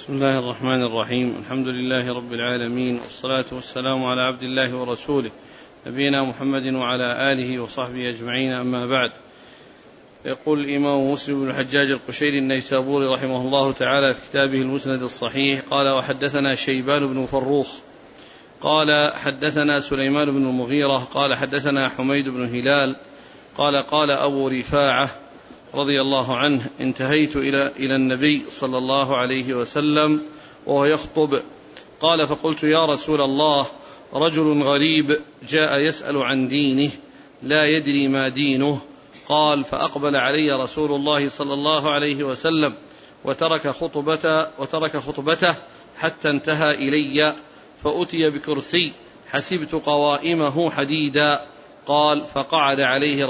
بسم الله الرحمن الرحيم. الحمد لله رب العالمين، والصلاة والسلام على عبد الله ورسوله نبينا محمد وعلى آله وصحبه أجمعين، أما بعد. يقول الإمام مسلم بن الحجاج القشيري النيسابوري رحمه الله تعالى في كتابه المسند الصحيح قال: وحدثنا شيبان بن فروخ قال حدثنا سليمان بن المغيرة قال حدثنا حميد بن هلال قال أبو رفاعة رضي الله عنه: انتهيت إلى النبي صلى الله عليه وسلم وهو يخطب، قال: فقلت: يا رسول الله، رجل غريب جاء يسأل عن دينه لا يدري ما دينه. قال: فأقبل علي رسول الله صلى الله عليه وسلم وترك خطبته حتى انتهى إلي، فأتي بكرسي حسبت قوائمه حديدا. قال: فقعد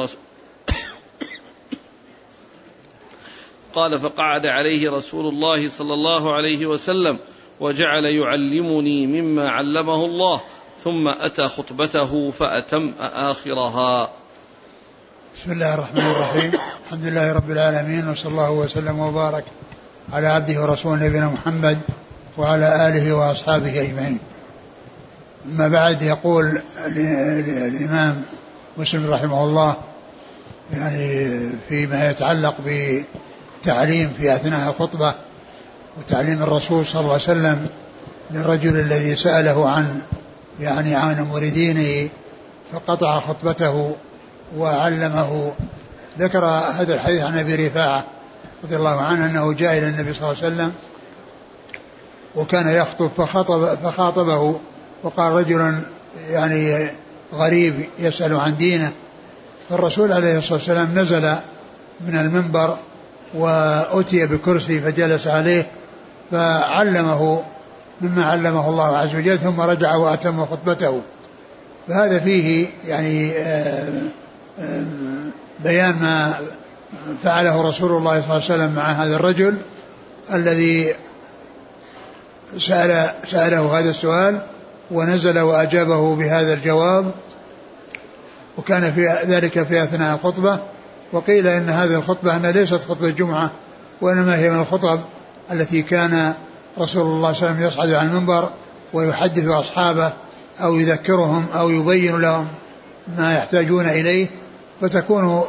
عليه رسول الله صلى الله عليه وسلم وجعل يعلمني مما علمه الله، ثم أتى خطبته فأتم آخرها. بسم الله الرحمن الرحيم. الحمد لله رب العالمين، وصلى الله وسلم وبارك على عبده ورسوله نبينا محمد وعلى آله وأصحابه أجمعين. أما بعد، يقول الإمام مسلم رحمه الله يعني فيما يتعلق بتعليم في أثناء الخطبة وتعليم الرسول صلى الله عليه وسلم للرجل الذي سأله عن أمور دينه فقطع خطبته وعلمه. ذكر هذا الحديث عن أبي رفاعة رضي الله عنه أنه جاء إلى النبي صلى الله عليه وسلم وكان يخطب فخاطبه، وقال: رجل يعني غريب يسأل عن دينه. فالرسول عليه الصلاة والسلام نزل من المنبر وأتي بكرسي فجلس عليه فعلمه مما علمه الله عز وجل، ثم رجع وأتم خطبته. فهذا فيه يعني بيان ما فعله رسول الله صلى الله عليه وسلم مع هذا الرجل الذي سأله هذا السؤال، ونزل وأجابه بهذا الجواب، وكان في ذلك في أثناء الخطبة. وقيل إن هذه الخطبة أنها ليست خطبة جمعة، وإنما هي من الخطب التي كان رسول الله صلى الله عليه وسلم يصعد على المنبر ويحدث أصحابه أو يذكرهم أو يبين لهم ما يحتاجون إليه، فتكون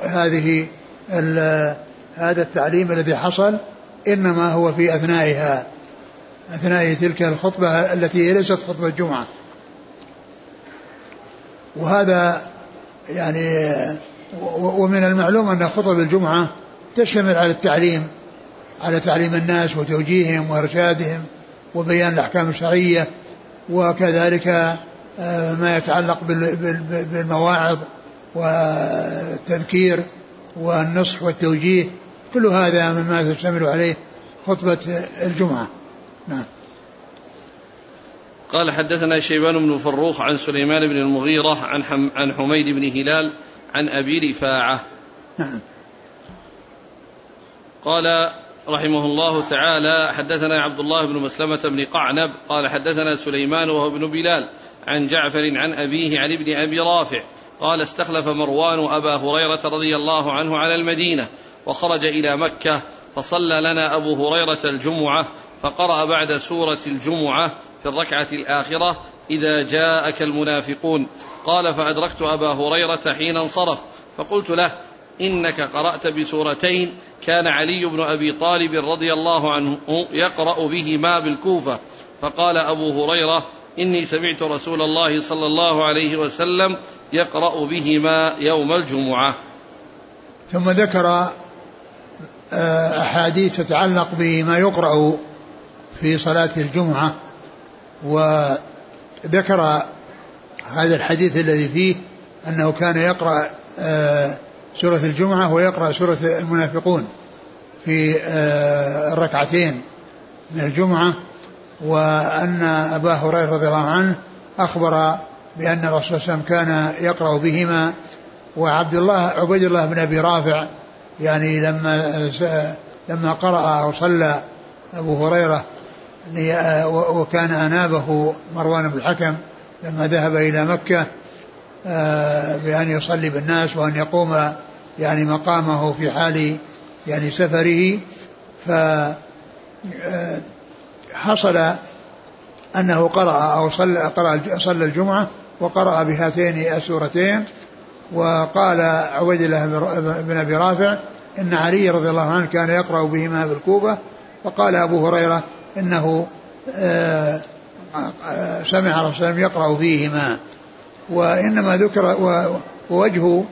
هذا التعليم الذي حصل إنما هو في أثناء تلك الخطبة التي ليست خطبة جمعة. وهذا يعني ومن المعلوم أن خطب الجمعة تشتمل على تعليم الناس وتوجيههم وإرشادهم وبيان الأحكام الشرعية، وكذلك ما يتعلق بالمواعظ والتذكير والنصح والتوجيه، كل هذا مما تشتمل عليه خطبة الجمعة. نعم. قال: حدثنا شيبان بن فروخ عن سليمان بن المغيرة عن حميد بن هلال عن أبي رفاعة. نعم. قال رحمه الله تعالى: حدثنا عبد الله بن مسلمة بن قعنب قال حدثنا سليمان وهو ابن بلال عن جعفر عن أبيه عن ابن أبي رافع قال: استخلف مروان أبا هريرة رضي الله عنه على المدينة، وخرج إلى مكة، فصلى لنا أبو هريرة الجمعة، فقرأ بعد سورة الجمعة في الركعة الآخرة: إذا جاءك المنافقون. قال: فأدركت أبا هريرة حين انصرف، فقلت له: إنك قرأت بسورتين كان علي بن أبي طالب رضي الله عنه يقرأ بهما بالكوفة. فقال أبو هريرة: إني سمعت رسول الله صلى الله عليه وسلم يقرأ بهما يوم الجمعة. ثم ذكر أحاديث تتعلق بما يقرأ في صلاة الجمعة، وذكر هذا الحديث الذي فيه أنه كان يقرأ سورة الجمعة ويقرأ سورة المنافقون في الركعتين من الجمعة، وأن أبا هريرة رضي الله عنه أخبر بأن الرسول صلى الله عليه وسلم كان يقرأ بهما. وعبيد الله بن أبي رافع يعني لما قرأ أو صلى أبو هريرة وكان أنابه مروان بن الحكم لما ذهب إلى مكة بأن يصلي بالناس وأن يقوم يعني مقامه في حال يعني سفره، فحصل حصل أنه قرأ أو صلى الجمعة وقرأ بهاتين السورتين. وقال عبيد الله بن أبي رافع إن علي رضي الله عنه كان يقرأ بهما بالكوفة. فقال أبو هريرة إنه سمع رسول الله يقرأ فيهما. وإنما ذكر ووجه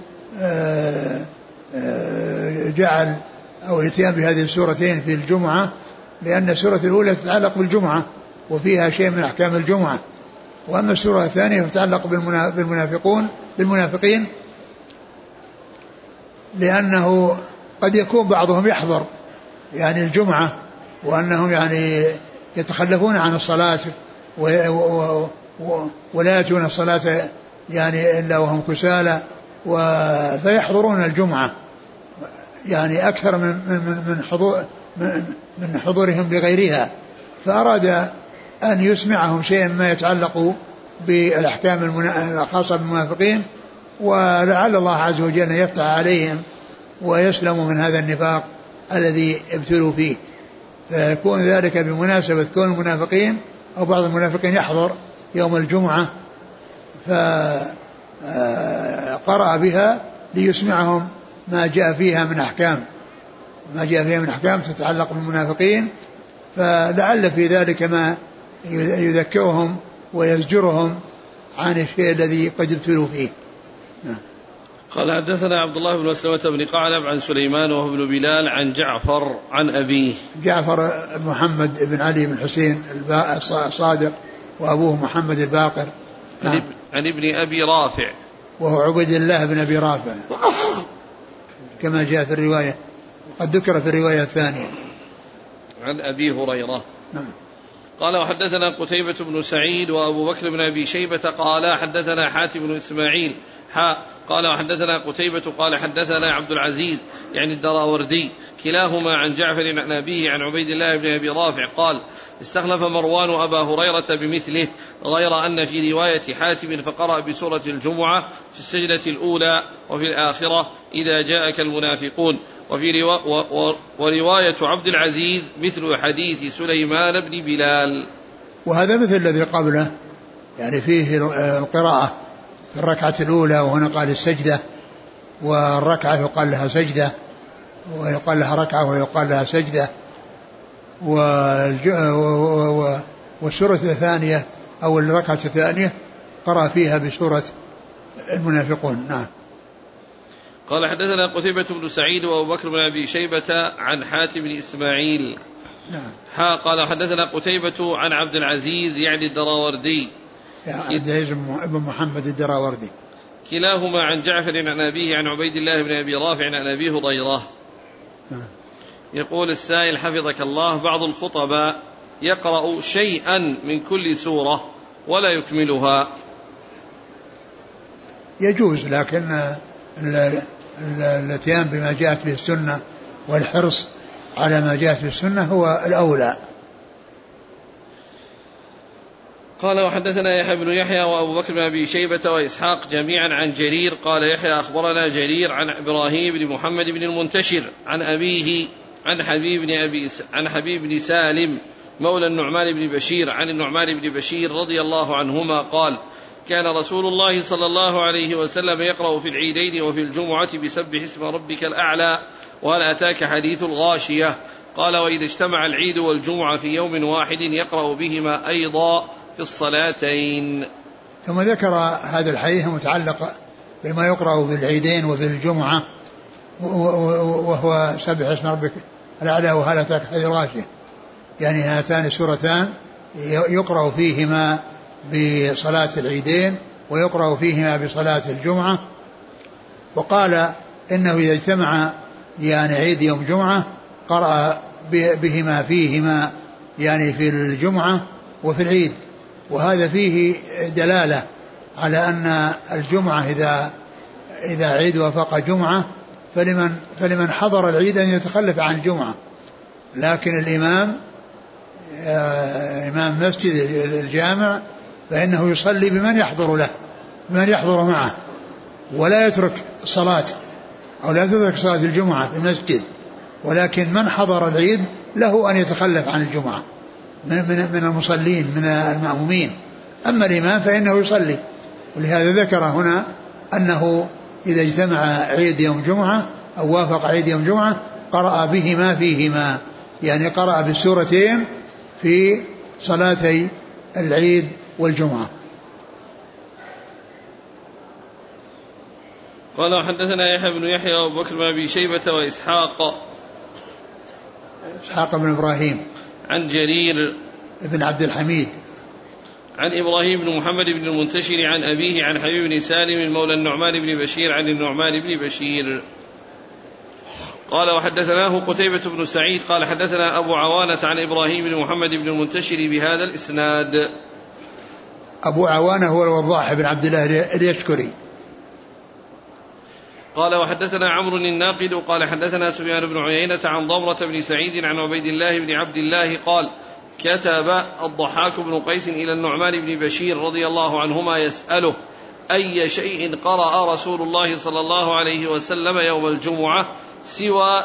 جعل أو الاتيان بهذه السورتين في الجمعة لأن السورة الأولى تتعلق بالجمعة وفيها شيء من أحكام الجمعة، وأما السورة الثانية تتعلق بالمنافقين لأنه قد يكون بعضهم يحضر يعني الجمعة وأنهم يعني يتخلفون عن الصلاة ولا يأتون الصلاة يعني إلا وهم كسالى فيحضرون الجمعة يعني أكثر من حضورهم لغيرها. فأراد أن يسمعهم شيئا ما يتعلق بالأحكام الخاصة بالمنافقين، ولعل الله عز وجل يفتح عليهم ويسلموا من هذا النفاق الذي ابتلوا فيه. فيكون ذلك بمناسبة كون المنافقين أو بعض المنافقين يحضر يوم الجمعة فقرأ بها ليسمعهم ما جاء فيها من أحكام تتعلق بالمنافقين، فلعل في ذلك ما يذكرهم ويزجرهم عن الشيء الذي قد ابتلوا فيه. قال حدثنا عبد الله بن مسلمة بن قعنب عن سليمان وهو ابن بلال عن جعفر عن أبيه جعفر محمد بن علي بن حسين الصادق وأبوه محمد الباقر عن ابن أبي رافع وهو عبيد الله بن أبي رافع كما جاء في الرواية قد ذكر في الرواية الثانية عن أبي هريرة. نعم. قال وحدثنا قتيبة بن سعيد وأبو بكر بن أبي شيبة قال حدثنا حاتم بن إسماعيل قال وحدثنا قتيبة قال حدثنا عبد العزيز يعني الدراوردي كلاهما عن جعفر عن أبيه عن عبيد الله بن أبي رافع قال استخلف مروان أبا هريرة بمثله غير أن في رواية حاتم فقرأ بسورة الجمعة في السجدة الأولى وفي الآخرة إذا جاءك المنافقون ورواية عبد العزيز مثل حديث سليمان بن بلال. وهذا مثل الذي قبله يعني فيه القراءة في الركعة الأولى وهنا قال السجدة والركعة يقال لها سجدة ويقال لها ركعة ويقال لها سجدة والسورة الثانية أو الركعة الثانية قرأ فيها بسورة المنافقون. نعم. قال حدثنا قتيبة بن سعيد وأبو بكر بن أبي شيبة عن حاتم بن إسماعيل. نعم. قال حدثنا قتيبة عن عبد العزيز يعني الدراوردي عبد العزيز بن محمد الدراوردي كلاهما عن جعفر عن أبيه عن عبيد الله بن أبي رافع عن أبي هريرة. نعم. يقول السائل حفظك الله بعض الخطباء يقرأ شيئا من كل سورة ولا يكملها. يجوز لكن الاتيان بما جاءت به السنة والحرص على ما جاءت به السنة هو الأولى. قال وحدثنا يحيى بن يحيى وأبو بكر بن أبي شيبة وإسحاق جميعا عن جرير قال يحيى أخبرنا جرير عن إبراهيم بن محمد بن المنتشر عن أبيه عن حبيب بن سالم مولى النعمان بن بشير عن النعمان بن بشير رضي الله عنهما قال كان رسول الله صلى الله عليه وسلم يقرأ في العيدين وفي الجمعة بسبح اسم ربك الأعلى وهل أتاك حديث الغاشية قال وإذا اجتمع العيد والجمعة في يوم واحد يقرأ بهما أيضا في الصلاتين. ثم ذكر هذا الحديث المتعلق بما يقرأ بالعيدين وبالجمعة وهو سبح اسم ربك الأعلى وهل أتاك حديث الغاشية، يعني هاتان السورتان يقرأ فيهما بصلاة العيدين ويقرأ فيهما بصلاة الجمعة. وقال إنه إذا اجتمع يعني عيد يوم جمعة قرأ بهما فيهما يعني في الجمعة وفي العيد. وهذا فيه دلالة على أن الجمعة إذا عيد وفق جمعة فلمن حضر العيد أن يتخلف عن الجمعة، لكن الإمام إمام مسجد الجامع فإنه يصلي بمن يحضر له بمن يحضر معه ولا يترك صلاة أو لا تترك صلاة الجمعة في المسجد، ولكن من حضر العيد له أن يتخلف عن الجمعة من المصلين من المأمومين. أما الإمام فإنه يصلي. ولهذا ذكر هنا أنه إذا اجتمع عيد يوم جمعة أو وافق عيد يوم جمعة قرأ بهما فيهما، يعني قرأ بالسورتين في صلاتي العيد والجمعة. قال حدثنا يحيى بن يحيى وأبو بكر بن أبي شيبة وإسحاق بن إبراهيم عن جرير بن عبد الحميد عن إبراهيم بن محمد بن المنتشر عن أبيه عن حبيب بن سالم مولى النعمان بن بشير عن النعمان بن بشير قال وحدثناه قتيبة بن سعيد قال حدثنا أبو عوانة عن إبراهيم بن محمد بن المنتشر بهذا الإسناد. أبو عوانة هو الوضاح بن عبد الله اليشكري. قال وحدثنا عمرو الناقد قال حدثنا سفيان بن عيينة عن ضمرة بن سعيد عن عبيد الله بن عبد الله قال كتب الضحاك بن قيس إلى النعمان بن بشير رضي الله عنهما يسأله أي شيء قرأ رسول الله صلى الله عليه وسلم يوم الجمعة سوى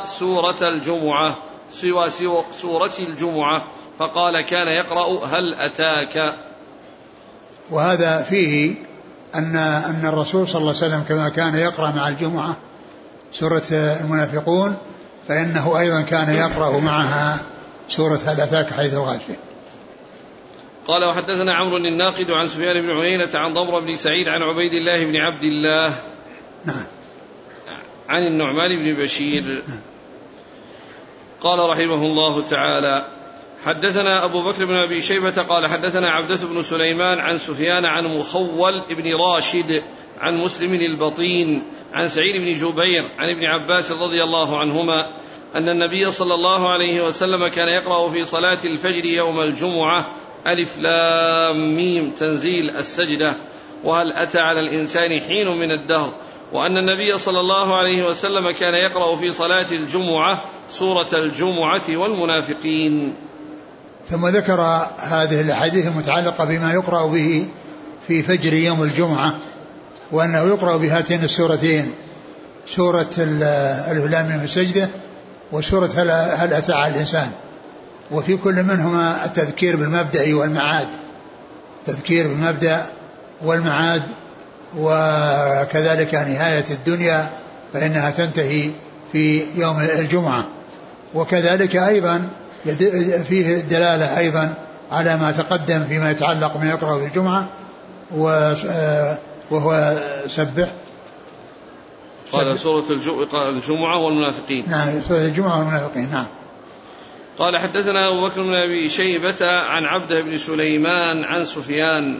سورة الجمعة فقال كان يقرأ هل أتاك. وهذا فيه أن الرسول صلى الله عليه وسلم كما كان يقرأ مع الجمعة سورة المنافقون فإنه أيضا كان يقرأ معها سورة هل أتاك حديث الغاشية. قال وحدثنا عمرو الناقد عن سفيان بن عيينة عن ضمرة بن سعيد عن عبيد الله بن عبد الله نعم عن النعمان بن بشير قال رحمه الله تعالى حدثنا أبو بكر بن أبي شيبة قال حدثنا عبدة بن سليمان عن سفيان عن مخول بن راشد عن مسلم البطين عن سعيد بن جبير عن ابن عباس رضي الله عنهما أن النبي صلى الله عليه وسلم كان يقرأ في صلاة الفجر يوم الجمعة ألف لام ميم تنزيل السجدة وهل أتى على الإنسان حين من الدهر وأن النبي صلى الله عليه وسلم كان يقرأ في صلاة الجمعة سورة الجمعة والمنافقين. ثم ذكر هذه الأحاديث المتعلقة بما يقرأ به في فجر يوم الجمعة وأنه يقرأ بهاتين السورتين سورة ألف لام ميم السجدة وسورة هل أتى على الإنسان وفي كل منهما التذكير بالمبدأ والمعاد تذكير بالمبدأ والمعاد وكذلك نهاية الدنيا فإنها تنتهي في يوم الجمعة وكذلك أيضا فيه الدلالة أيضا على ما تقدم فيما يتعلق من يقرأ في الجمعة وهو سبح قال سورة الجمعة والمنافقين. نعم سورة الجمعة والمنافقين. نعم. قال حدثنا أبو بكر بن أبي شيبة عن عبده بن سليمان عن سفيان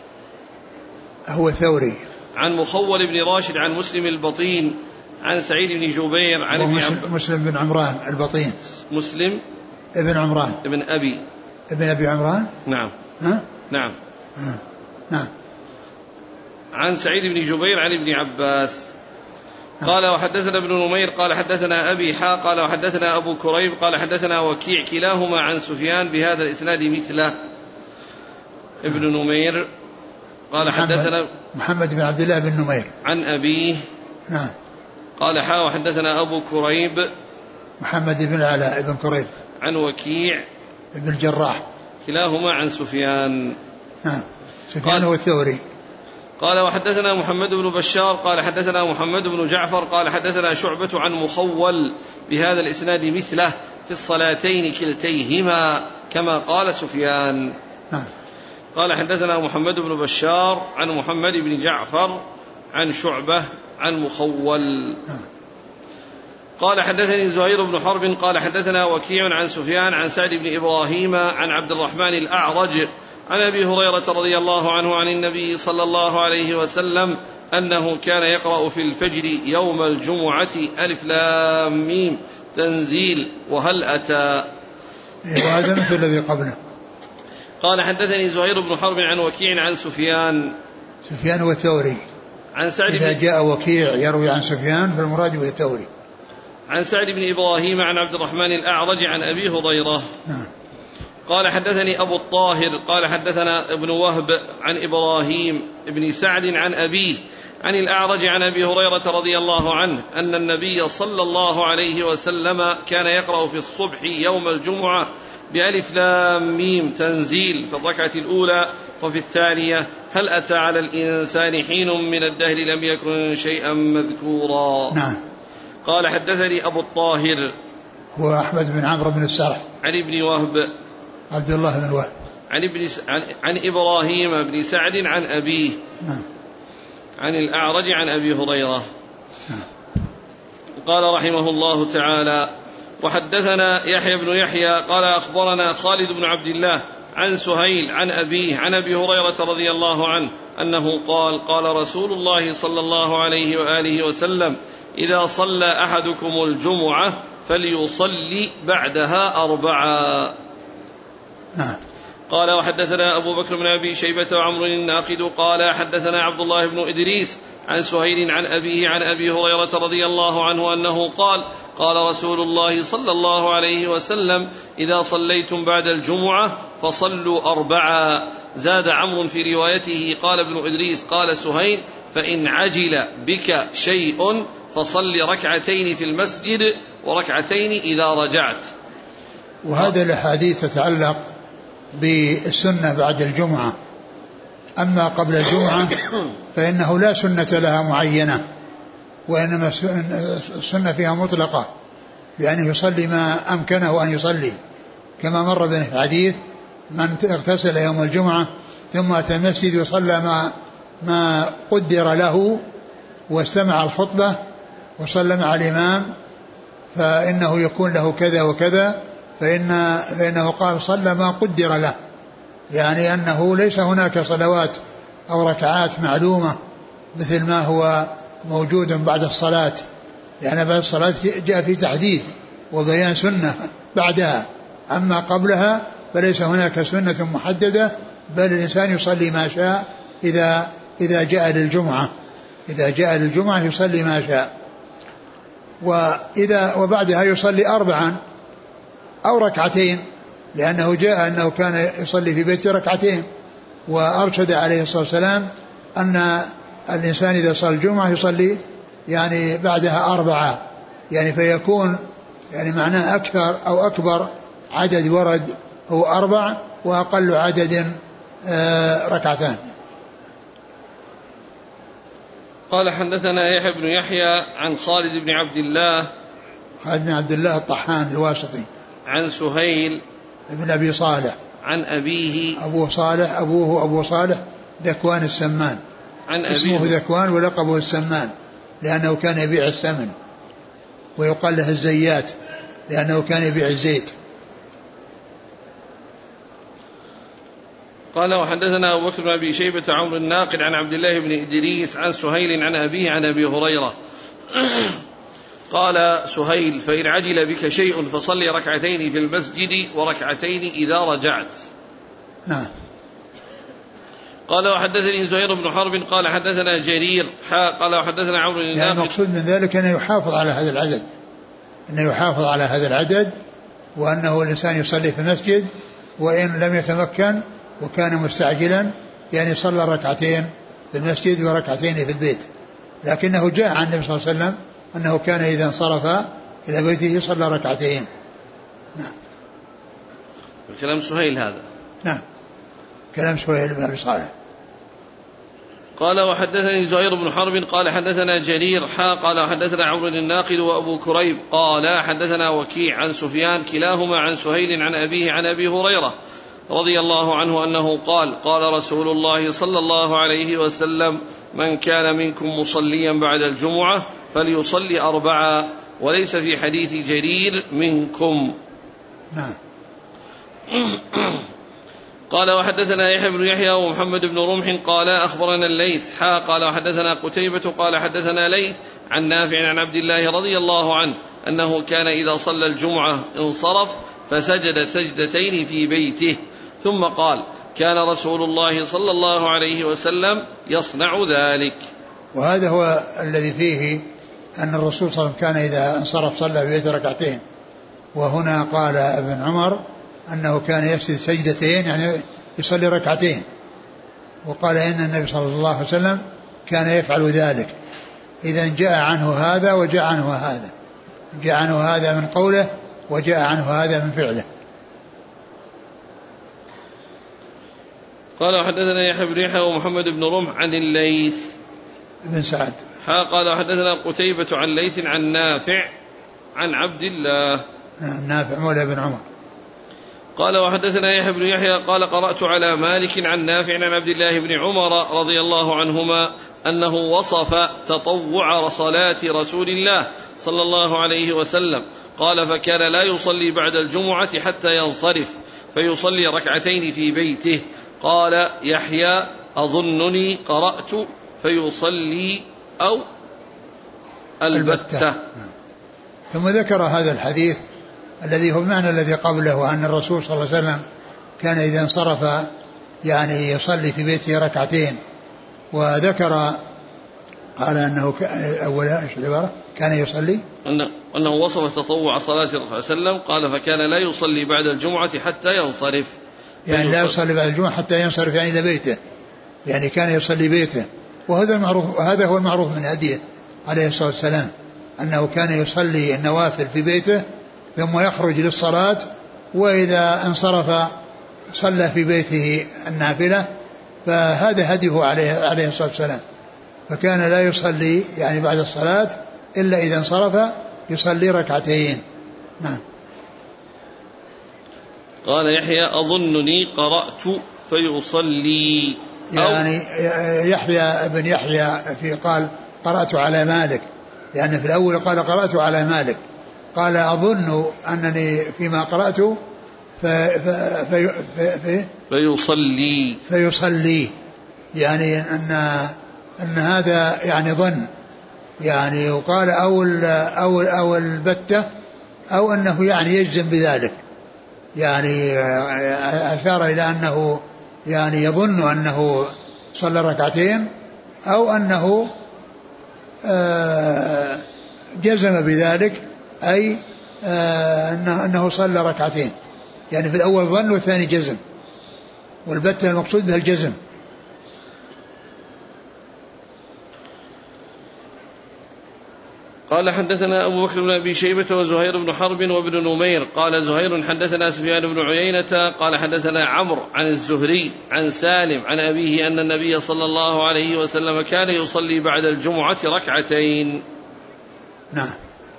هو ثوري عن مخول بن راشد عن مسلم البطين عن سعيد بن جبير عن مسلم بن عمران البطين مسلم ابن عمران ابن أبي عمران. نعم. ها؟ نعم. نعم. عن سعيد بن جبير عن ابن عباس قال وحدثنا ابن نمير قال حدثنا أبي قال وحدثنا أبو كريب قال حدثنا وكيع كلاهما عن سفيان بهذا الإسناد مثله. ابن نمير قال حدثنا محمد بن عبد الله بن نمير عن أبيه. نعم. قال وحدثنا أبو كريب محمد بن العلاء بن كريب عن وكيع بن الجراح كلاهما عن سفيان. نعم. سفيان هو الثوري. قال وحدثنا محمد بن بشار قال حدثنا محمد بن جعفر قال حدثنا شعبة عن مخول بهذا الإسناد مثله في الصلاتين كلتيهما كما قال سفيان. نعم. قال حدثنا محمد بن بشار عن محمد بن جعفر عن شعبة عن مخول. نعم. قال حدثني زهير بن حرب قال حدثنا وكيع عن سفيان عن سعد بن إبراهيم عن عبد الرحمن الأعرج عن أبي هريرة رضي الله عنه عن النبي صلى الله عليه وسلم أنه كان يقرأ في الفجر يوم الجمعة ألف لام ميم تنزيل وهل أتى. وهذا مثل الذي قبله. قال حدثني زهير بن حرب عن وكيع عن سفيان والثوري عن سعد إذا جاء وكيع يروي عن سفيان فالمراد به الثوري. عن سعد بن إبراهيم عن عبد الرحمن الأعرج عن أبي هريرة. نعم. قال حدثني أبو الطاهر قال حدثنا ابن وهب عن إبراهيم بن سعد عن أبيه عن الأعرج عن أبي هريرة رضي الله عنه أن النبي صلى الله عليه وسلم كان يقرأ في الصبح يوم الجمعة بألف لام ميم تنزيل في الركعة الأولى، وفي الثانية هل أتى على الإنسان حين من الدهر لم يكن شيئا مذكورا. نعم. قال حدثني أبو الطاهر هو أحمد بن عمرو بن السرح عن ابن وهب عبد الله بن وهب عن إبراهيم بن سعد عن أبيه نعم. عن الأعرج عن أبي هريرة. قال رحمه الله تعالى: وحدثنا يحيى بن يحيى قال أخبرنا خالد بن عبد الله عن سهيل عن أبيه عن أبي هريرة رضي الله عنه أنه قال: قال رسول الله صلى الله عليه وآله وسلم: إذا صلى أحدكم الجمعة فليصلي بعدها 4. نعم. قال وحدثنا أبو بكر بن أبي شيبة وعمر الناقد قال حدثنا عبد الله بن إدريس عن سهيل عن أبيه عن أبي هريرة رضي الله عنه أنه قال: قال رسول الله صلى الله عليه وسلم: إذا صليتم بعد الجمعة فصلوا 4. زاد عمرو في روايته قال ابن إدريس قال سهيل: فإن عجل بك شيء فصل ركعتين في المسجد وركعتين إذا رجعت. وهذا الحديث تتعلق بالسنة بعد الجمعة. أما قبل الجمعة فإنه لا سنة لها معينة، وإنما السنة فيها مطلقة بأن يصلي ما أمكنه أن يصلي، كما مر بنا في الحديث: من اغتسل يوم الجمعة ثم أتى المسجد وصلى ما قدر له واستمع الخطبة وصلى مع الإمام فإنه يكون له كذا وكذا، فإنه قال صلى ما قدر له، يعني أنه ليس هناك صلوات أو ركعات معلومة مثل ما هو موجود بعد الصلاة، لأن بعد الصلاة جاء في تحديد وبيان سنة بعدها. أما قبلها فليس هناك سنة محددة، بل الإنسان يصلي ما شاء إذا جاء للجمعة. إذا جاء للجمعة يصلي ما شاء، وبعدها يصلي 4 أو ركعتين، لأنه جاء أنه كان يصلي في بيته 2 وأرشد عليه الصلاة والسلام أن الإنسان إذا صلى الجمعة يصلي يعني بعدها 4، يعني فيكون يعني معناه أكثر أو أكبر عدد ورد هو 4 وأقل عدد 2. قال حدثنا يحيى بن يحيى عن خالد بن عبد الله الطحان الواسطي عن سهيل ابن أبي صالح عن أبيه أبوه أبو صالح ذكوان السمان، اسمه ذكوان ولقبه السمان لأنه كان يبيع السمن، ويقال له الزيات لأنه كان يبيع الزيت. قال وحدثنا أبو بكر بن أبي شيبة عمرو الناقد عن عبد الله بن إدريس عن سهيل عن أبيه عن أبي هريرة قال سهيل: فإن عجل بك شيء فصلي 2 في المسجد وركعتين إذا رجعت. نعم. قال وحدثني زهير بن حرب قال حدثنا جرير قال وحدثنا عمرو الناقد. يعني المقصود من ذلك أنه يحافظ على هذا العدد، وأنه الإنسان يصلي في المسجد، وإن لم يتمكن وكان مستعجلا يعني صلى 2 في المسجد وركعتين في البيت. لكنه جاء عن النبي صلى الله عليه وسلم أنه كان إذا انصرف إلى بيته صلى 2. نعم. كلام سهيل هذا. نعم، كلام سهيل بن أبي صالح. قال وحدثني زهير بن حرب قال حدثنا جرير قال وحدثنا عمرو الناقد وأبو كريب قال حدثنا وكيع عن سفيان كلاهما عن سهيل عن أبيه عن أبي هريرة رضي الله عنه أنه قال: قال رسول الله صلى الله عليه وسلم: من كان منكم مصليا بعد الجمعة فليصلي 4، وليس في حديث جرير منكم. نعم. قال وحدثنا يحيى بن يحيى ومحمد بن رمح قال أخبرنا الليث قال وحدثنا قتيبة قال حدثنا ليث عن نافع عن عبد الله رضي الله عنه أنه كان إذا صلى الجمعة انصرف فسجد 2 في بيته، ثم قال: كان رسول الله صلى الله عليه وسلم يصنع ذلك. وهذا هو الذي فيه أن الرسول صلى الله عليه وسلم كان إذا انصرف صلى في بيته 2. وهنا قال ابن عمر أنه كان يسجد 2 يعني يصلي 2، وقال إن النبي صلى الله عليه وسلم كان يفعل ذلك. إذن جاء عنه هذا وجاء عنه هذا، جاء عنه هذا من قوله وجاء عنه هذا من فعله. قال وحدثنا يحيى بن يحيى ومحمد بن رمح عن الليث بن سعد. قال وحدثنا قتيبة عن ليث عن نافع عن عبد الله. نافع مولى بن عمر. قال وحدثنا يحيى بن يحيى قال قرأت على مالك عن نافع عن عبد الله بن عمر رضي الله عنهما أنه وصف تطوع صلاة رسول الله صلى الله عليه وسلم قال فكان لا يصلي بعد الجمعة حتى ينصرف فيصلي ركعتين في بيته. قال يحيى أظنني قرأت فيصلي أو البتة. ثم ذكر هذا الحديث الذي هو المعنى الذي قبله أن الرسول صلى الله عليه وسلم كان إذا انصرف يعني يصلي في بيته ركعتين. وذكر قال أنه أولا إيش العبارة كان يصلي أنه وصف تطوع صلاة الرسول صلى الله عليه وسلم قال فكان لا يصلي بعد الجمعة حتى ينصرف يعني لا يصلي بعد الجمعة حتى ينصرف يعني إلى بيته يعني كان يصلي بيته. وهذا هو المعروف من هديه عليه الصلاة والسلام أنه كان يصلي النوافل في بيته ثم يخرج للصلاة وإذا انصرف صلى في بيته النافلة. فهذا هديه عليه الصلاة والسلام فكان لا يصلي يعني بعد الصلاة إلا إذا انصرف يصلي ركعتين. نعم. قال يحيى أظنني قرأت فيصلي يعني يحيى بن يحيى في قال قرأت على مالك لأن في الأول قال قرأت على مالك قال أظن أنني فيما قرأت فيصلي يعني أن هذا يعني ظن يعني وقال أو البتة أو أنه يعني يجزم بذلك يعني أشار إلى أنه يعني يظن أنه صلى ركعتين أو أنه جزم بذلك أي أنه صلى ركعتين يعني في الأول ظن والثاني جزم والبتة المقصود بها الجزم. قال حدثنا أبو بكر بن أبي شيبة وزهير بن حرب وابن نمير قال زهير حدثنا سفيان بن عيينة قال حدثنا عمرو عن الزهري عن سالم عن أبيه أن النبي صلى الله عليه وسلم كان يصلي بعد الجمعة ركعتين. نعم.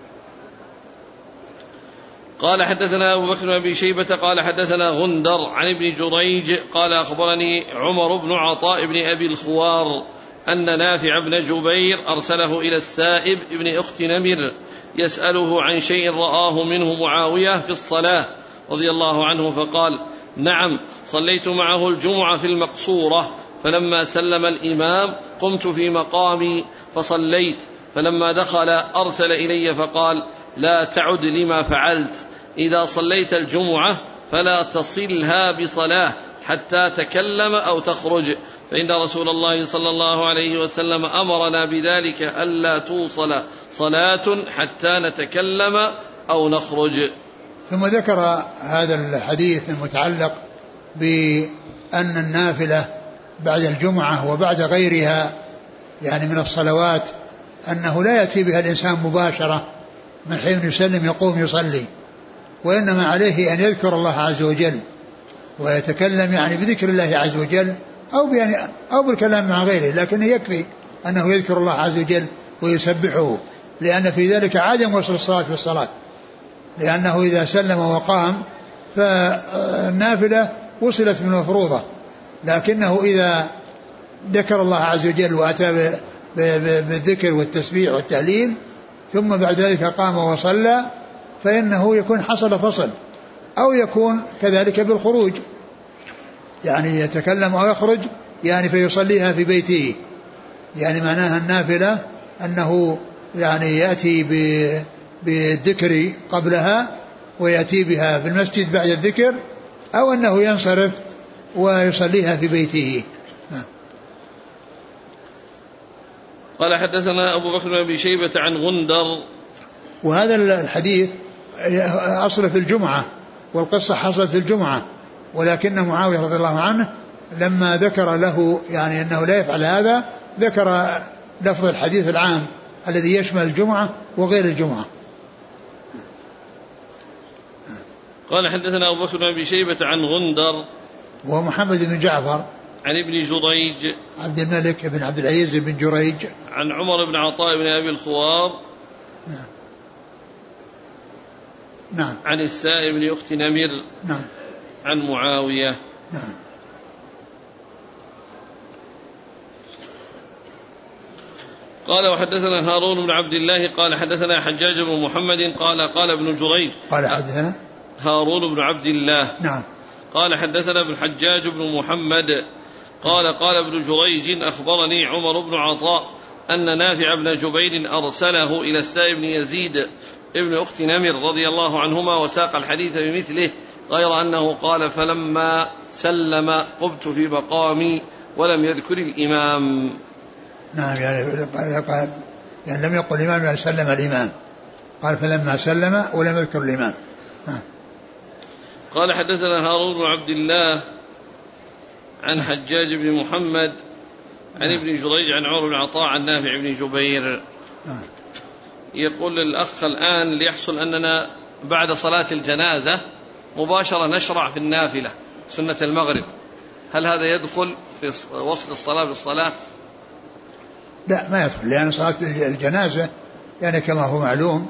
قال حدثنا أبو بكر بن أبي شيبة قال حدثنا غندر عن ابن جريج قال أخبرني عمر بن عطاء بن أبي الخوار أن نافع بن جبير أرسله إلى السائب ابن أخت نمر يسأله عن شيء رآه منه معاوية في الصلاة رضي الله عنه فقال نعم صليت معه الجمعة في المقصورة فلما سلم الإمام قمت في مقامي فصليت فلما دخل أرسل إلي فقال لا تعد لما فعلت إذا صليت الجمعة فلا تصلها بصلاة حتى تكلم أو تخرج فإن رسول الله صلى الله عليه وسلم أمرنا بذلك ألا توصل صلاة حتى نتكلم أو نخرج. ثم ذكر هذا الحديث المتعلق بأن النافلة بعد الجمعة وبعد غيرها يعني من الصلوات أنه لا يأتي بها الإنسان مباشرة من حين يسلم يقوم يصلي وإنما عليه أن يذكر الله عز وجل ويتكلم يعني بذكر الله عز وجل أو بالكلام مع غيره لكن يكفي أنه يذكر الله عز وجل ويسبحه لأن في ذلك عدم وصل الصلاة بالصلاة لأنه إذا سلم وقام فالنافلة وصلت من المفروضة لكنه إذا ذكر الله عز وجل وأتى بالذكر والتسبيح والتهليل ثم بعد ذلك قام وصلى فإنه يكون حصل فصل أو يكون كذلك بالخروج يعني يتكلم أو يخرج يعني فيصليها في بيته يعني معناها النافلة أنه يعني يأتي بالذكر قبلها ويأتي بها في المسجد بعد الذكر أو أنه ينصرف ويصليها في بيته. قال حدثنا أبو بكر بن أبي شيبة عن غندر وهذا الحديث أصل في الجمعة والقصة حصلت في الجمعة ولكن معاوية رضي الله عنه لما ذكر له يعني أنه لا يفعل هذا ذكر لفظ الحديث العام الذي يشمل الجمعة وغير الجمعة. قال حدثنا أبو بكر بن أبي شيبة عن غندر ومحمد بن جعفر عن ابن جريج عبد الملك بن عبد العزيز بن جريج عن عمر بن عطاء بن أبي الخوار نعم عن السائب بن أخت نمر نعم عن معاوية نعم. قال وحدثنا هارون بن عبد الله قال حدثنا حجاج بن محمد قال ابن جريج قال حدثنا هارون بن عبد الله نعم قال حدثنا ابن حجاج بن محمد قال ابن جريج أخبرني عمر بن عطاء أن نافع بن جبير أرسله إلى السائب بن يزيد ابن أخت نمر رضي الله عنهما وساق الحديث بمثله غير أنه قال فلما سلم قبت في مقامي ولم يذكر الإمام. نعم يعني لم يقل الإمام يعني سلم الإمام، قال فلما سلم ولم يذكر الإمام. قال حدثنا هارون بن عبد الله عن حجاج بن محمد عن ابن جريج عن عمر بن عطاء عن نافع بن جبير. يقول الأخ الآن ليحصل أننا بعد صلاة الجنازة مباشرة نشرع في النافلة سنة المغرب، هل هذا يدخل في وصل الصلاة بالصلاة؟ لا ما يدخل، لأن صلاة الجنازة يعني كما هو معلوم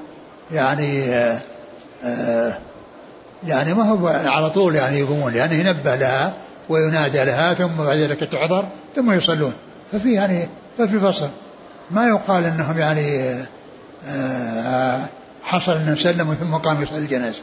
يعني ما هو على طول يعني يقومون، يعني ينبه لها وينادى لها ثم بعد ذلك تحضر ثم يصلون، ففي فصل ما يقال انهم يعني حصل انهم سلموا ثم قام يصلي الجنازة.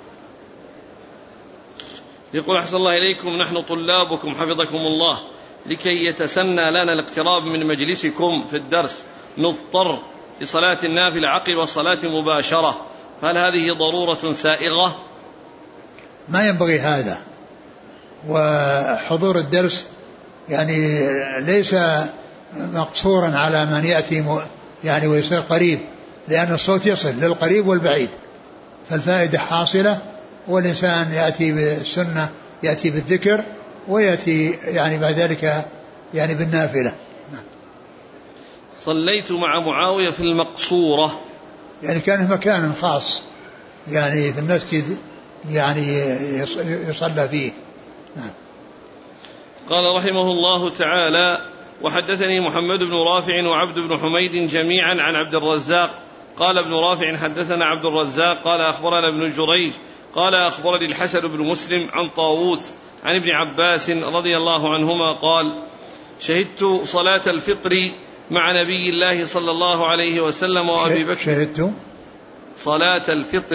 يقول أحسن الله إليكم نحن طلابكم حفظكم الله لكي يتسنى لنا الاقتراب من مجلسكم في الدرس نضطر لصلاة النافلة عقب الصلاة مباشرة، فهل هذه ضرورة سائغة؟ ما ينبغي هذا، وحضور الدرس يعني ليس مقصورا على من يأتي يعني ويصير قريب، لأن الصوت يصل للقريب والبعيد، فالفائدة حاصلة، والإنسان يأتي بالسنة يأتي بالذكر ويأتي يعني بعد ذلك يعني بالنافلة. صليت مع معاوية في المقصورة، يعني كان مكان خاص يعني في المسجد يعني يصلى فيه. قال رحمه الله تعالى وحدثني محمد بن رافع وعبد بن حميد جميعا عن عبد الرزاق قال ابن رافع حدثنا عبد الرزاق قال أخبرنا ابن جريج قال أخبرني الحسن بن مسلم عن طاووس عن ابن عباس رضي الله عنهما قال شهدت صلاة الفطر مع نبي الله صلى الله عليه وسلم وأبي بكر. شهدت صلاة الفطر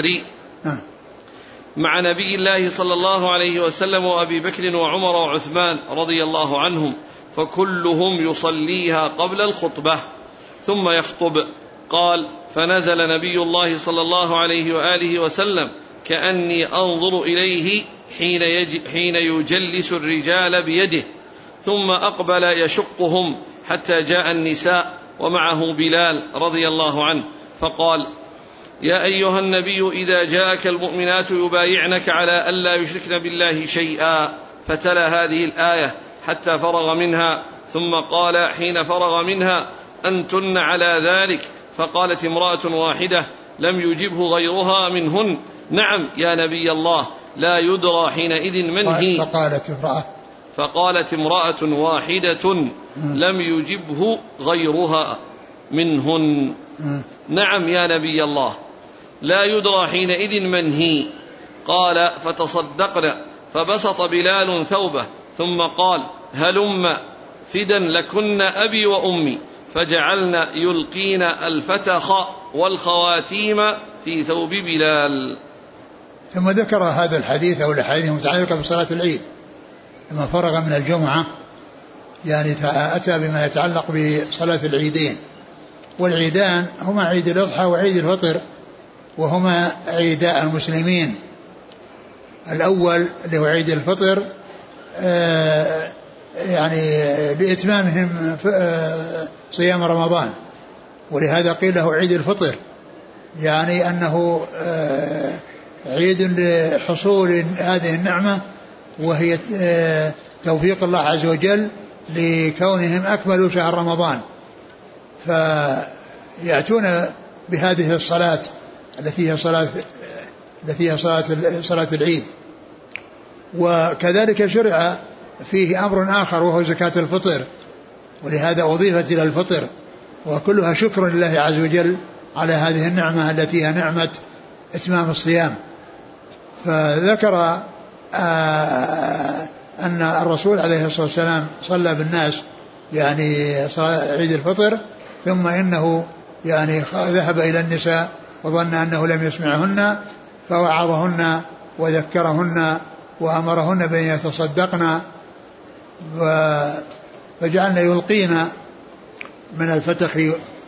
مع نبي الله صلى الله عليه وسلم وأبي بكر وعمر وعثمان رضي الله عنهم، فكلهم يصليها قبل الخطبة ثم يخطب. قال فنزل نبي الله صلى الله عليه وآله وسلم كأني أنظر إليه حين يجلس الرجال بيده، ثم أقبل يشقهم حتى جاء النساء ومعه بلال رضي الله عنه، فقال يا أيها النبي إذا جاءك المؤمنات يبايعنك على ألا يشركن بالله شيئا، فتلا هذه الآية حتى فرغ منها، ثم قال حين فرغ منها أنتن على ذلك؟ فقالت امرأة واحدة لم يجبه غيرها منهن نعم يا نبي الله لا يدرى حينئذ من هي. فقالت امرأة واحدة لم يجبه غيرها منهن نعم يا نبي الله لا يدرى حينئذ من هي. قال فتصدقنا، فبسط بلال ثوبه ثم قال هلم فدا لكن أبي وأمي، فجعلنا يلقين الفتخ والخواتيم في ثوب بلال. ثم ذكر هذا الحديث أو الحديث المتعلقة بصلاة العيد لما فرغ من الجمعة، يعني أتى بما يتعلق بصلاة العيدين، والعيدان هما عيد الأضحى وعيد الفطر، وهما عيداء المسلمين. الأول اللي هو عيد الفطر يعني لإتمامهم صيام رمضان، ولهذا قيل له عيد الفطر، يعني أنه عيد لحصول هذه النعمة، وهي توفيق الله عز وجل لكونهم أكملوا شهر رمضان، فيأتون بهذه الصلاة التي هي صلاة العيد. وكذلك شرع فيه أمر آخر وهو زكاة الفطر، ولهذا أضيفت إلى الفطر، وكلها شكر لله عز وجل على هذه النعمة التي هي نعمة إتمام الصيام. فذكر أن الرسول عليه الصلاة والسلام صلى بالناس يعني عيد الفطر، ثم إنه يعني ذهب إلى النساء وظن أنه لم يسمعهن فوعظهن وذكرهن وأمرهن بأن يتصدقن، فجعلنا يلقين من الفتخ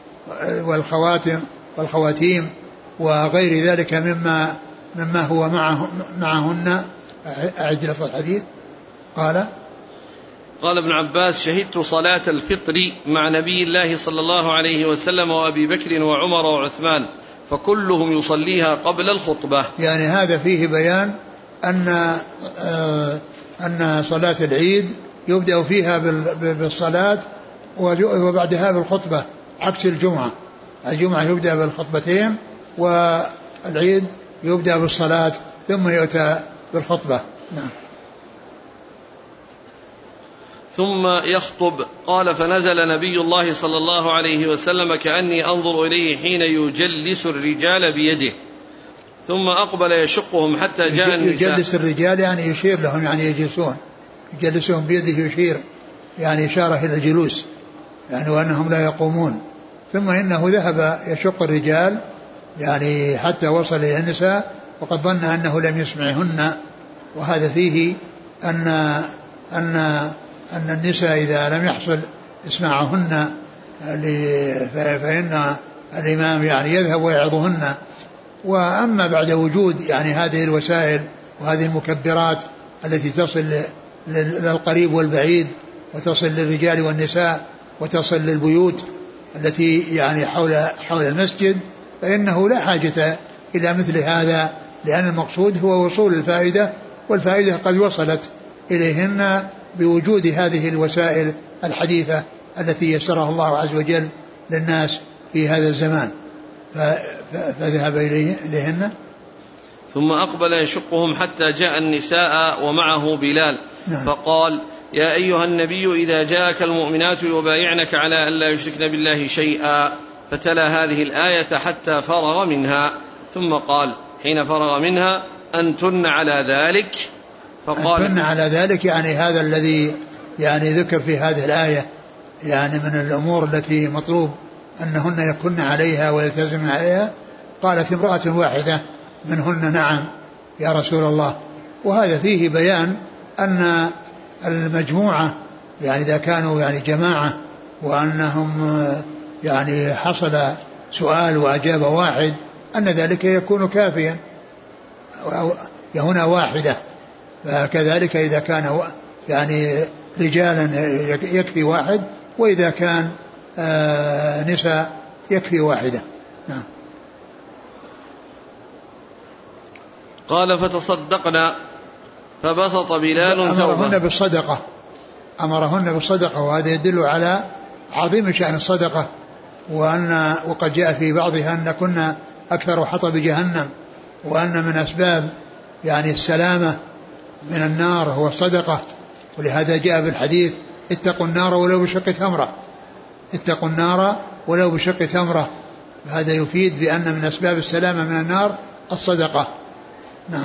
والخواتيم وغير ذلك مما هو معهن. أعد لفظ الحديث. قال ابن عباس: شهدت صلاة الفطر مع نبي الله صلى الله عليه وسلم وأبي بكر وعمر وعثمان فكلهم يصليها قبل الخطبة. يعني هذا فيه بيان أن صلاة العيد يبدأ فيها بالصلاة وبعدها بالخطبة، عكس الجمعة. الجمعة يبدأ بالخطبتين والعيد يبدأ بالصلاة ثم يؤتى بالخطبة. نعم. ثم يخطب. قال: فنزل نبي الله صلى الله عليه وسلم كأني أنظر إليه حين يجلس الرجال بيده، ثم أقبل يشقهم حتى جاء النساء. يجلس الرجال يعني يشير لهم، يعني يجلسون بيده، يشير يعني إشارة إلى الجلوس يعني وأنهم لا يقومون. ثم إنه ذهب يشق الرجال يعني حتى وصل إلى النساء وقد ظن أنه لم يسمعهن. وهذا فيه أن النساء إذا لم يحصل إسماعهن فإن الإمام يعني يذهب ويعظهن. وأما بعد وجود يعني هذه الوسائل وهذه المكبرات التي تصل للقريب والبعيد وتصل للرجال والنساء وتصل للبيوت التي يعني حول المسجد، فإنه لا حاجة إلى مثل هذا، لأن المقصود هو وصول الفائدة، والفائدة قد وصلت إليهن بوجود هذه الوسائل الحديثة التي يسرها الله عز وجل للناس في هذا الزمان، فذهب إليهن. ثم أقبل يشقهم حتى جاء النساء ومعه بلال. نعم. فقال: يا أيها النبي إذا جاءك المؤمنات يبايعنك على أن لا يشركن بالله شيئا، فتلا هذه الآية حتى فرغ منها، ثم قال حين فرغ منها: أنتن على ذلك. فقال: أنتن على ذلك يعني هذا الذي يعني ذكر في هذه الآية، يعني من الأمور التي مطلوب أنهن يكن عليها ويلتزم عليها. قالت امرأة واحدة منهن: نعم يا رسول الله. وهذا فيه بيان أن المجموعة يعني إذا كانوا يعني جماعة وأنهم يعني حصل سؤال وأجاب واحد أن ذلك يكون كافيا، هنا واحدة. فكذلك إذا كان يعني رجالا يكفي واحد، وإذا كان نساء يكفي واحدة. نعم. قال: فتصدقنا فبسط بلال أمرهن بالصدقة، وهذا يدل على عظيم شأن الصدقة، وقد جاء في بعضها أن كنا أكثر حطب جهنم، وأن من أسباب يعني السلامة من النار هو الصدقة. ولهذا جاء بالحديث: اتقوا النار ولو بشق تمرة، اتقوا النار ولو بشق تمرة. هذا يفيد بأن من أسباب السلامة من النار الصدقة. نعم.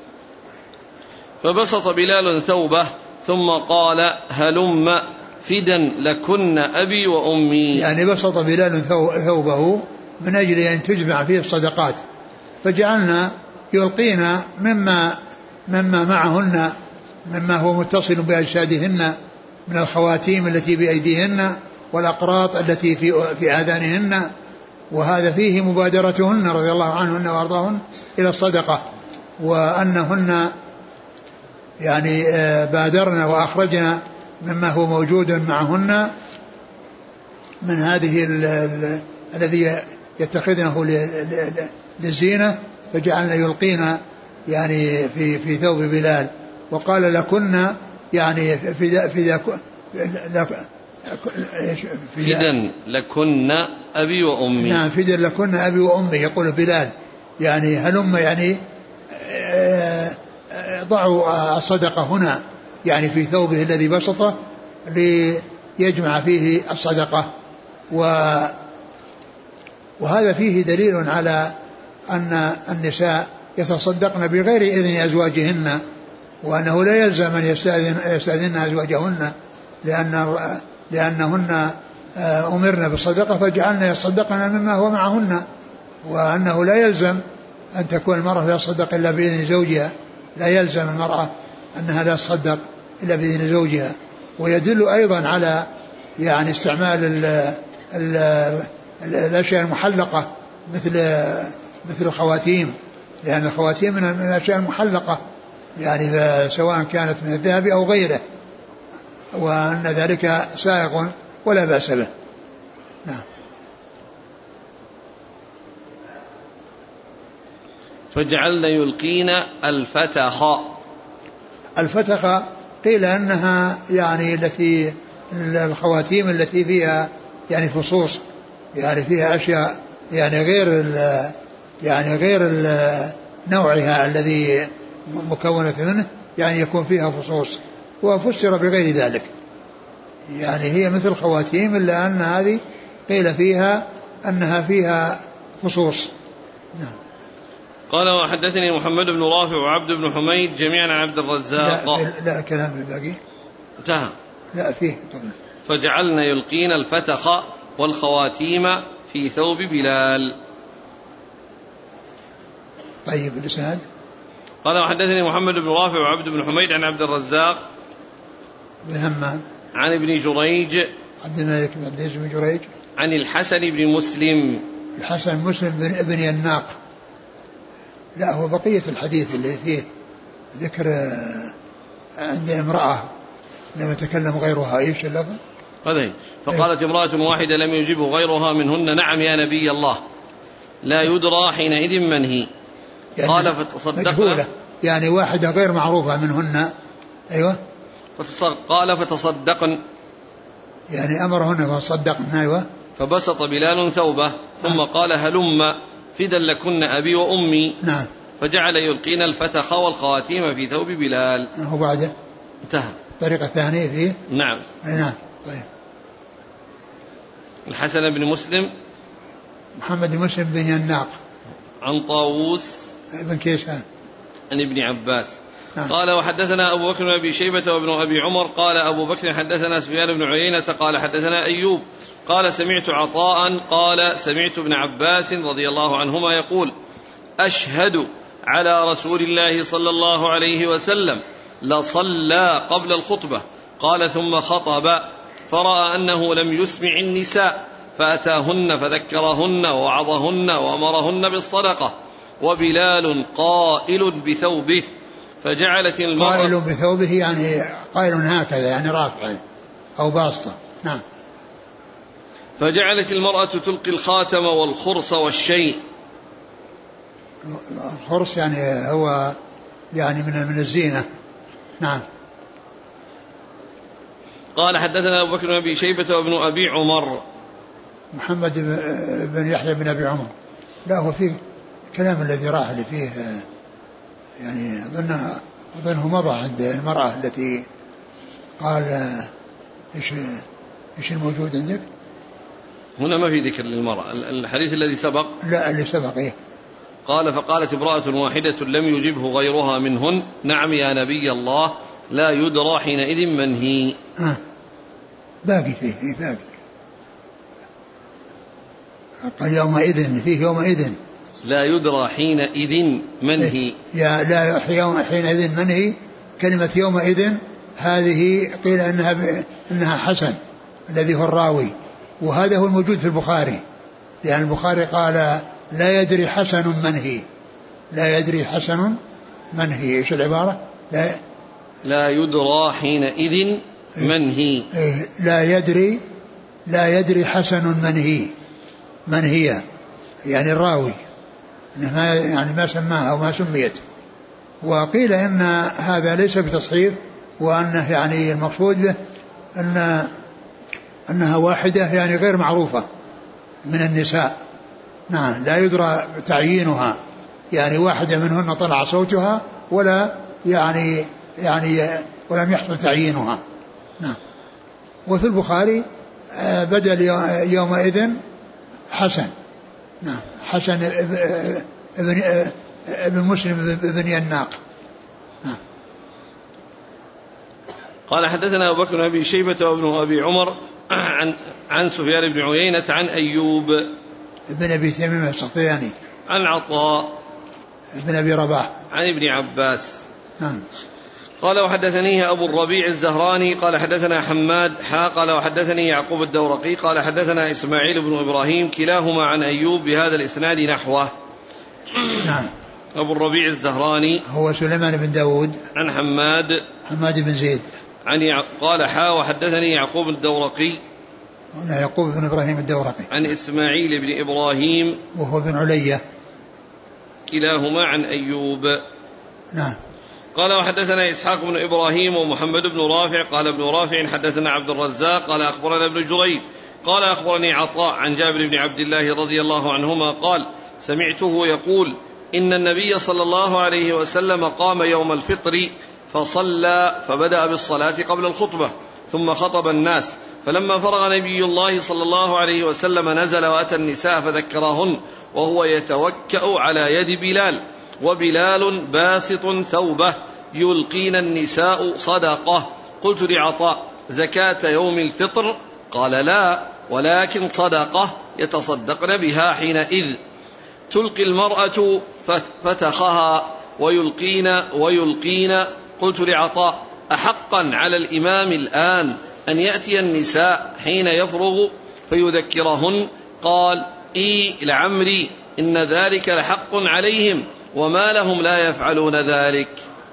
فبسط بلال ثوبه ثم قال: هلم فدا لكن أبي وأمي. يعني بسط بلال ثوبه من أجل أن تجمع فيه الصدقات، فجعلنا يلقينا مما معهن مما هو متصل بأجسادهن من الخواتيم التي بأيديهن والأقراط التي في آذانهن. وهذا فيه مبادرتهن رضي الله عنهن وأرضاهن إلى الصدقة، وأنهن يعني بادرنا وأخرجنا مما هو موجود معهن من هذه الذي يتخذنه للزينة، فجعلنا يلقينا يعني في ثوب بلال. وقال: لكن يعني فدا لكن أبي وأمي. نعم، فدا لكن أبي وأمي. يقول بلال يعني هلم يعني ضعوا الصدقة هنا، يعني في ثوبه الذي بسطه ليجمع فيه الصدقة. وهذا فيه دليل على أن النساء يتصدقن بغير إذن أزواجهن، وأنه لا يلزم أن يستأذن أزواجهن لأنهن أمرن بالصدقة فجعلنا يصدقن مما هو معهن، وأنه لا يلزم أن تكون المرأة لا تصدق إلا بإذن زوجها، لا يلزم المرأة أنها لا تصدق إلا بإذن زوجها. ويدل أيضا على يعني استعمال الأشياء المحلقة مثل الخواتيم، لأن الخواتيم من الأشياء المحلقة يعني سواء كانت من الذهب أو غيره، وأن ذلك سائغ ولا بأس به. نعم. فجعلنا يلقين الفتخ قيل أنها يعني التي الخواتيم التي فيها يعني فصوص، يعني فيها أشياء يعني غير نوعها الذي مكونة منه، يعني يكون فيها فصوص، وفسر بغير ذلك، يعني هي مثل الخواتيم إلا أن هذه قيل فيها أنها فيها فصوص. نعم. قال وحدثني محمد بن رافع وعبد بن حميد جميعا عن عبد الرزاق. لا الكلام الباقي انتهى. لا فيه طبعا. فجعلنا يلقين الفتخ والخواتيم في ثوب بلال. طيب الإسناد. قال وحدثني محمد بن رافع وعبد بن حميد عن عبد الرزاق بن همام عن ابن جريج عبد الملك بن عبد العزيز بن جريج عن الحسن بن مسلم. الحسن مسلم بن يناق. لا هو بقية الحديث اللي فيه ذكر عند امرأة لم يتكلم غيرها ايش اللفظ؟ هذا فقالت امرأة واحدة لم يجبه غيرها منهن نعم يا نبي الله لا يدرى حينئذ من هي. يعني قال فتصدقنا يعني واحدة غير معروفة منهن. ايوه. قال فتصدقن يعني امرهن فتصدقن. ايوه. فبسط بلال ثوبه ثم قال هلم فدا لكن أبي وأمي. نعم. فجعل يلقين الفتخ والخواتيم في ثوب بلال. هو بعده انتهى. الطريقة الثانية فيه. نعم. نعم. طيب. الحسن بن مسلم محمد بن مسلم بن يناق عن طاووس بن كيسان عن ابن عباس. نعم. قال وحدثنا أبو بكر بن أبي شيبة وابن أبي عمر قال أبو بكر حدثنا سفيان بن عيينة قال حدثنا أيوب قال سمعت عطاء قال سمعت ابن عباس رضي الله عنهما يقول أشهد على رسول الله صلى الله عليه وسلم لصلى قبل الخطبة قال ثم خطب فرأى أنه لم يسمع النساء فأتاهن فذكرهن ووعظهن وأمرهن بالصدقة وبلال قائل بثوبه فجعلت المرأة قائل بثوبه يعني قائل هكذا يعني رافع أو باسطة. نعم. فجعلت المرأة تلقي الخاتم والخرص والشيء. الخرص يعني هو يعني من الزينة. نعم. قال حدثنا أبو بكر بن أبي شيبة وابن أبي عمر محمد بن يحيى بن أبي عمر. لا هو فيه كلام الذي راح اللي فيه يعني أظنه مضى عند المرأة التي قال إيش الموجود عندك هنا؟ ما في ذكر للمرأة. الحديث الذي سبق. لا اللي سبق إيه؟ قال فقالت امرأة واحدة لم يجبه غيرها منهن نعم يا نبي الله لا يدرى حينئذ من هي. باقي فيه باقي. قال يومئذ فيه يومئذ لا يدرى حينئذ من هي. يا لا حينئذ من هي. كلمة يومئذ هذه قيل إنها حسن الذي هو الراوي، وهذا هو الموجود في البخاري، لأن البخاري قال لا يدري حسن من هي. لا يدري حسن من هي. إيش العبارة؟ لا يدرى حينئذ من هي. لا يدري حسن من هي يعني الراوي يعني ما سماها أو ما سميت. وقيل إن هذا ليس بتصحيف، وأنه يعني المقصود به أنها واحدة يعني غير معروفة من النساء. نعم. لا يدرى تعيينها، يعني واحدة منهن طلع صوتها ولا يعني ولم يحصل تعيينها. نعم. وفي البخاري بدل يومئذ حسن. نعم. حسن ابن مسلم ابن يناق. نعم. قال حدثنا أبو بكر بن أبي شيبة وابن أبي عمر عن سفيان بن عيينة عن أيوب ابن أبي تميم السختياني عن عطاء ابن أبي رباح عن ابن عباس. نعم. قال وحدثنيه أبو الربيع الزهراني قال حدثنا حماد قال وحدثني يعقوب الدورقي قال حدثنا إسماعيل بن إبراهيم كلاهما عن أيوب بهذا الإسناد نحوه. نعم. أبو الربيع الزهراني هو سليمان بن داود عن حماد بن زيد قال وحدثني يعقوب الدورقي يعقوب بن إبراهيم الدورقي عن إسماعيل بن إبراهيم وهو بن علية كلاهما عن أيوب. نعم. قال وحدثنا إسحاق بن إبراهيم ومحمد بن رافع قال ابن رافع حدثنا عبد الرزاق قال أخبرنا ابن جريج قال أخبرني عطاء عن جابر بن عبد الله رضي الله عنهما قال سمعته يقول إن النبي صلى الله عليه وسلم قام يوم الفطر فصلى فبدأ بالصلاة قبل الخطبة ثم خطب الناس فلما فرغ نبي الله صلى الله عليه وسلم نزل وأتى النساء فذكرهن وهو يتوكأ على يد بلال وبلال باسط ثوبه يلقين النساء صدقة. قلت لعطاء زكاة يوم الفطر؟ قال لا ولكن صدقة يتصدقن بها حينئذ. تلقي المرأة فتخها ويلقين. قلت لعطاء أحقا على الإمام الآن أن يأتي النساء حين يفرغ فيذكرهن؟ قال لعمري إن ذلك لحق عليهم وما لهم لا يفعلون ذلك.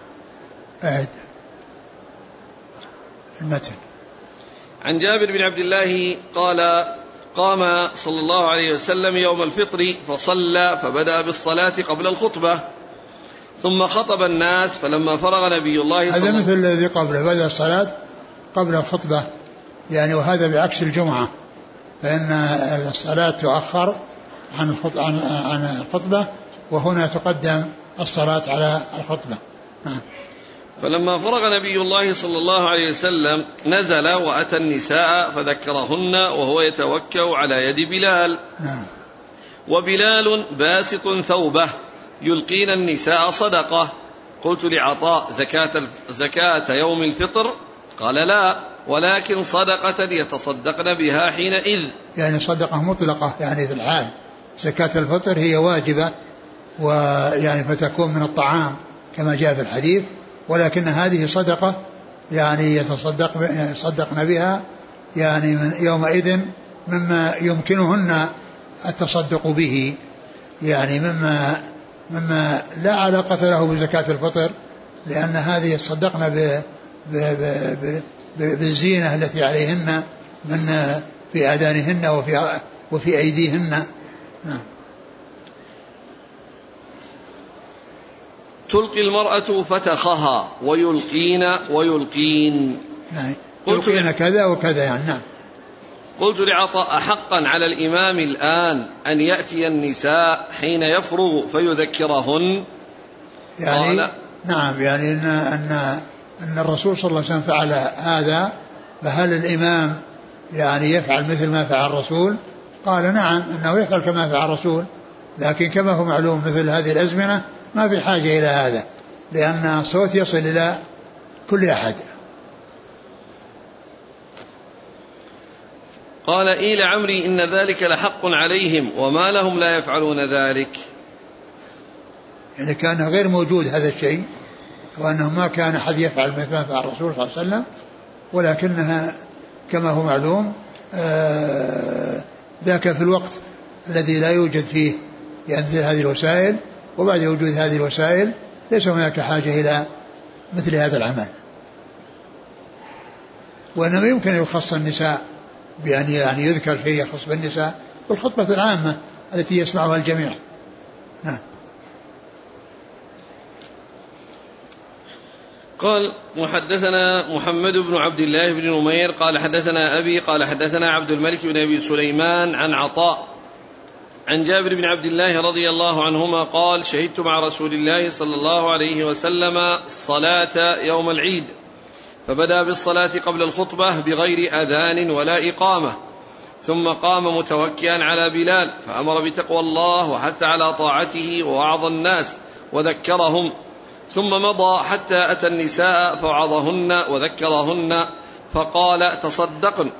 المتن. عن جابر بن عبد الله قال قام صلى الله عليه وسلم يوم الفطر فصلى فبدأ بالصلاة قبل الخطبة ثم خطب الناس فلما فرغ نبي الله هذا مثل الذي قبله بدأ الصلاة قبل الخطبة يعني وهذا بعكس الجمعة فإن الصلاة تؤخر عن الخطبة وهنا تقدم الصلاة على الخطبة. فلما فرغ نبي الله صلى الله عليه وسلم نزل وأتى النساء فذكرهن وهو يتوكأ على يد بلال وبلال باسط ثوبه يلقين النساء صدقة. قلت لعطاء زكاة يوم الفطر؟ قال لا ولكن صدقة يتصدقن بها حينئذ. يعني صدقة مطلقة يعني في الحال. زكاة الفطر هي واجبة ويعني فتكون من الطعام كما جاء في الحديث ولكن هذه صدقة يعني يتصدقن بها يعني من يومئذ مما يمكنهن التصدق به يعني مما لا علاقة له بزكاة الفطر لأن هذه يتصدقن بالزينة التي عليهن من في آذانهن وفي أيديهن. تلقي المرأة فتخها ويلقين يلقين كذا وكذا يعني. نعم. قلت لعطاء أحقا على الإمام الآن أن يأتي النساء حين يفرغ فيذكرهن؟ يعني قال نعم يعني أن الرسول صلى الله عليه وسلم فعل هذا فهل الإمام يعني يفعل مثل ما فعل الرسول؟ قال نعم أنه يفعل كما فعل الرسول لكن كما هو معلوم مثل هذه الأزمنة ما في حاجة إلى هذا لأن الصوت يصل إلى كل أحد. قال لعمري إن ذلك لحق عليهم وما لهم لا يفعلون ذلك. يعني كان غير موجود هذا الشيء وأنه ما كان أحد يفعل مثل ما فعل الرسول صلى الله عليه وسلم ولكنها كما هو معلوم ذاك في الوقت الذي لا يوجد فيه يعني مثل هذه الوسائل وبعد وجود هذه الوسائل ليس هناك حاجة إلى مثل هذا العمل وإنما يمكن أن يخص النساء بأن يعني يذكر شيء يخص بالنساء بالخطبة العامة التي يسمعها الجميع. نعم. قال وحدثنا محمد بن عبد الله بن نمير قال حدثنا أبي قال حدثنا عبد الملك بن أبي سليمان عن عطاء عن جابر بن عبد الله رضي الله عنهما قال شهدت مع رسول الله صلى الله عليه وسلم صلاة يوم العيد فبدأ بالصلاة قبل الخطبة بغير أذان ولا إقامة، ثم قام متوكئا على بلال فأمر بتقوى الله وحث على طاعته ووعظ الناس وذكرهم، ثم مضى حتى أتى النساء فوعظهن وذكرهن فقال تصدقن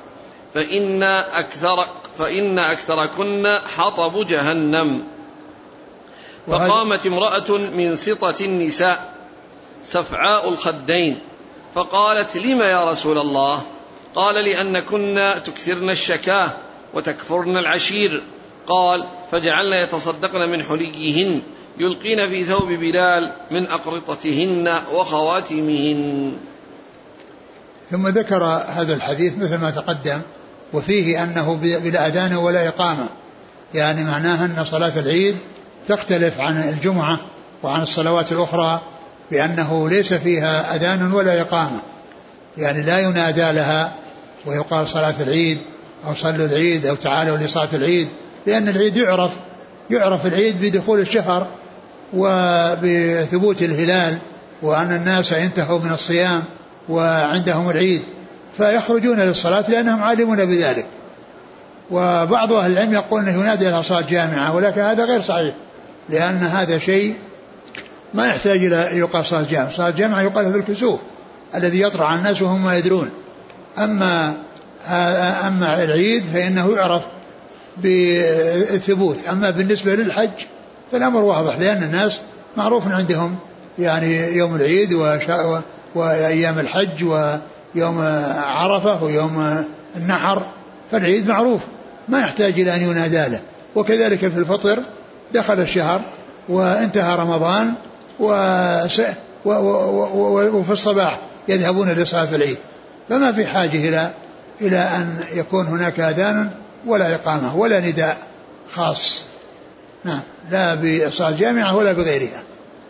فإن أكثركن حطب جهنم. فقامت امرأة من سطة النساء سفعاء الخدين فقالت لم يا رسول الله؟ قال لأنكن تكثرن الشكاه وتكفرن العشير. قال فجعلن يتصدقن من حليهن يلقين في ثوب بلال من أقرطتهن وخواتمهن. ثم ذكر هذا الحديث مثل ما تقدم، وفيه أنه بلا أذان ولا إقامة، يعني معناها أن صلاة العيد تختلف عن الجمعة وعن الصلوات الأخرى بأنه ليس فيها أذان ولا إقامة، يعني لا ينادى لها ويقال صلاة العيد أو صلوا العيد أو تعالوا لصلاة العيد، لأن العيد يعرف العيد بدخول الشهر وبثبوت الهلال، وأن الناس انتهوا من الصيام وعندهم العيد فيخرجون للصلاة لأنهم عالمون بذلك. وبعض أهل العلم يقول أنه ينادي لها صلاة جامعة، ولكن هذا غير صحيح، لأن هذا شيء ما يحتاج إلى يقال صلاة جامعة. صلاة جامعة يقال في الكسوف الذي يطرع على الناس وهم ما يدرون. أما العيد فإنه يعرف بالثبوت. أما بالنسبة للحج فالأمر واضح، لأن الناس معروف عندهم يعني يوم العيد وأيام الحج ويوم عرفة ويوم النحر، فالعيد معروف ما يحتاج إلى أن ينادى له. وكذلك في الفطر دخل الشهر وانتهى رمضان وفي الصباح يذهبون لصلاة العيد، فما في حاجة إلى أن يكون هناك أذان ولا إقامة ولا نداء خاص. نعم، لا بصلاة جامعة ولا بغيرها.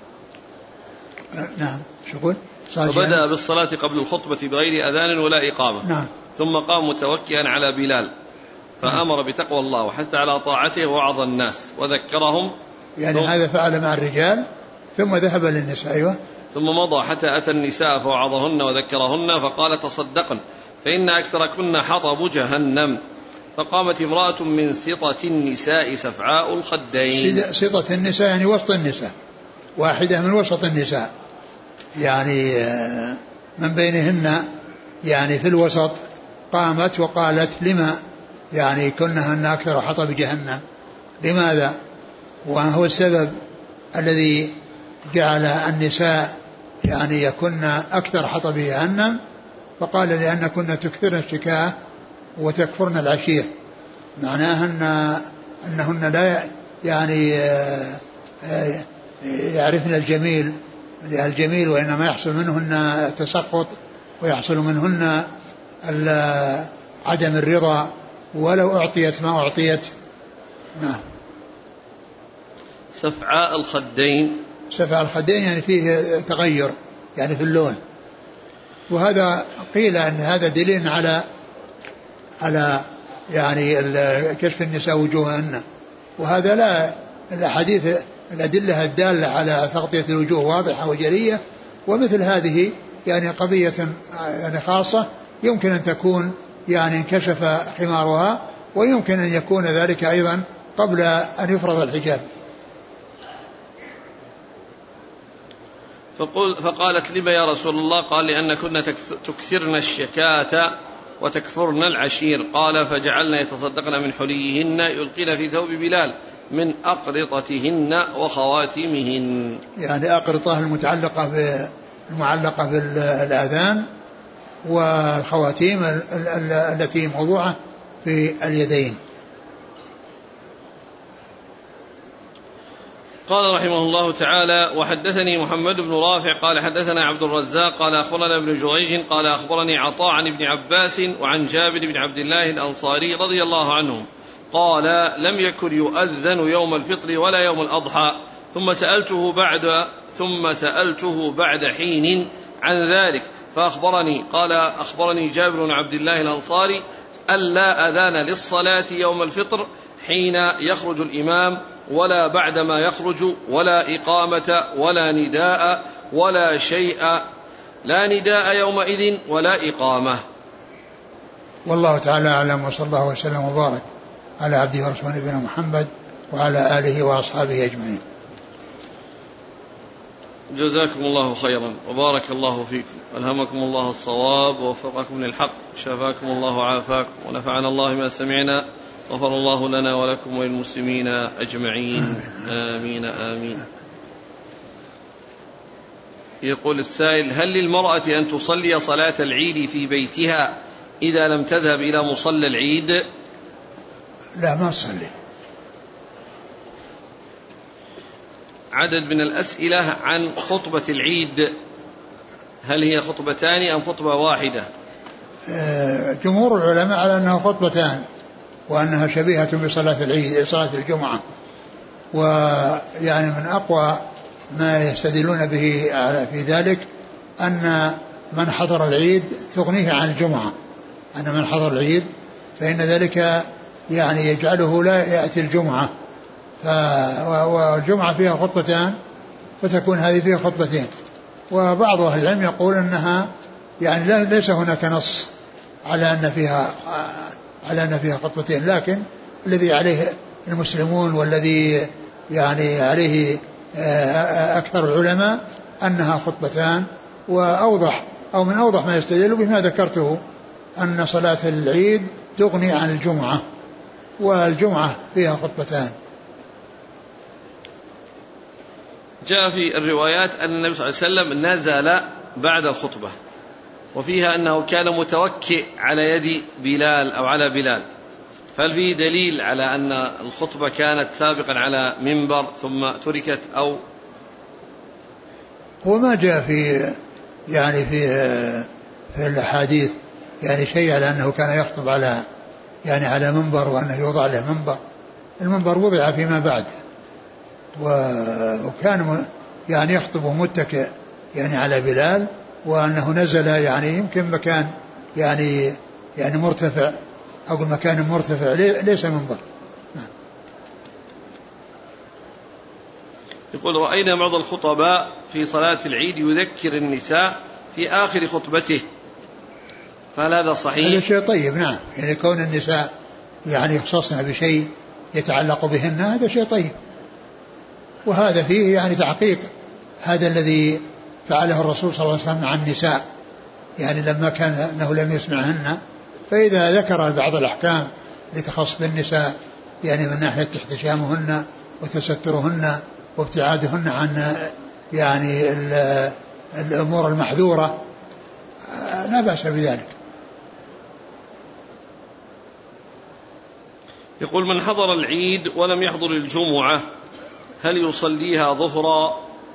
نعم، شو يقول؟ فبدأ بالصلاة قبل الخطبة بغير أذان ولا إقامة. نعم. ثم قام متوكئا على بلال فأمر بتقوى الله وحث على طاعته ووعظ الناس وذكرهم، يعني هذا فعل مع الرجال ثم ذهب للنساء. أيوة. ثم مضى حتى أتى النساء فوعظهن وذكرهن فقال تصدقن فإن أكثركن حطب جهنم. فقامت امرأة من سطة النساء سفعاء الخدين. سطة النساء يعني وسط النساء، واحدة من وسط النساء، يعني من بينهن يعني في الوسط. قامت وقالت لما يعني كنهن أكثر حطب جهنم، لماذا؟ وهو السبب الذي جعل النساء يعني يكن أكثر حطب جهنم. فقال لأن كنا تكثرن الشكاه وتكفرن العشير، معناها أنهن لا يعني يعرفن الجميل وإنما يحصل منهن التسخط ويحصل منهن عدم الرضا ولو أعطيت ما أعطيت. نعم. سفعاء الخدين. سفعاء الخدين يعني فيه تغير يعني في اللون، وهذا قيل أن هذا دليل على يعني كشف النساء وجوههن، وهذا لا الأحاديث الأدلة الدالة على تغطية الوجوه واضحة وجلية، ومثل هذه يعني قضية يعني خاصة يمكن أن تكون يعني انكشف حمارها، ويمكن أن يكون ذلك أيضا قبل أن يفرض الحجاب. فقالت لما يا رسول الله؟ قال لأن كنا تكثرن الشكاة وتكفرن العشير. قال فجعلن يتصدقن من حليهن يلقين في ثوب بلال من أقرطتهن وخواتمهن. يعني أقرطة المعلقة بالآذان، والخواتيم التي موضوعة في اليدين. قال رحمه الله تعالى: وحدثني محمد بن رافع قال حدثنا عبد الرزاق قال أخبرنا ابن جريج قال أخبرني عطاء عن ابن عباس وعن جابر بن عبد الله الأنصاري رضي الله عنهم قال: لم يكن يؤذن يوم الفطر ولا يوم الأضحى، ثم سألته بعد حين عن ذلك فأخبرني. قال: أخبرني جابر بن عبد الله الأنصاري ألا أذان للصلاة يوم الفطر حين يخرج الإمام ولا بعدما يخرج، ولا إقامة ولا نداء ولا شيء لا نداء يومئذ ولا إقامة. والله تعالى أعلم، وصلى الله وسلم وبارك على عبده ورسوله نبينا محمد وعلى آله وأصحابه أجمعين. جزاكم الله خيرا وبارك الله فيكم، ألهمكم الله الصواب ووفقكم للحق، شفاكم الله وعافاكم، ونفعنا الله ما سمعنا، غفر الله لنا ولكم وللمسلمين أجمعين، آمين آمين. يقول السائل: هل للمرأة أن تصلي صلاة العيد في بيتها إذا لم تذهب إلى مصلى العيد؟ لا، ما تصلي. عدد من الأسئلة عن خطبة العيد، هل هي خطبتان أم خطبة واحدة؟ جمهور العلماء على أنها خطبتان، وأنها شبيهة بصلاة العيد، صلاة الجمعة. ويعني من أقوى ما يستدلون به في ذلك أن من حضر العيد تغنيه عن الجمعة، أن من حضر العيد فإن ذلك يعني يجعله لا يأتي الجمعة، والجمعة فيها خطبتان فتكون هذه فيها خطبتين. وبعض أهل العلم يقول أنها يعني ليس هناك نص على أن فيها خطبتين، لكن الذي عليه المسلمون والذي يعني عليه أكثر العلماء أنها خطبتان. وأوضح أو من أوضح ما يستدل بما ذكرته أن صلاة العيد تغني عن الجمعة، والجمعة فيها خطبتان. جاء في الروايات أن النبي صلى الله عليه وسلم نزل بعد الخطبة، وفيها أنه كان متوكئ على يد بلال أو على بلال، فهل فيه دليل على أن الخطبة كانت سابقا على منبر ثم تركت؟ أو هو ما جاء في الأحاديث يعني شيء على أنه كان يخطب على منبر، وأنه يوضع له منبر. المنبر وضع فيما بعد، وكان يعني يخطب متكئ يعني على بلال، وأنه نزل يعني يمكن مكان يعني مرتفع، أو مكان مرتفع ليس منبر. يقول: رأينا بعض الخطباء في صلاة العيد يذكر النساء في آخر خطبته، فهل هذا صحيح؟ هذا شيء طيب، نعم، يعني كون النساء يعني يخصصن بشيء يتعلق بهن هذا شيء طيب، وهذا فيه يعني تحقيق هذا الذي فعله الرسول صلى الله عليه وسلم عن النساء، يعني لما كان أنه لم يسمعهن، فإذا ذكر بعض الأحكام لتخص بالنساء يعني من ناحية احتشامهن وتسترهن وابتعادهن عن يعني الأمور المحذورة، لا بأس بذلك. يقول: من حضر العيد ولم يحضر الجمعة هل يصليها ظهرا؟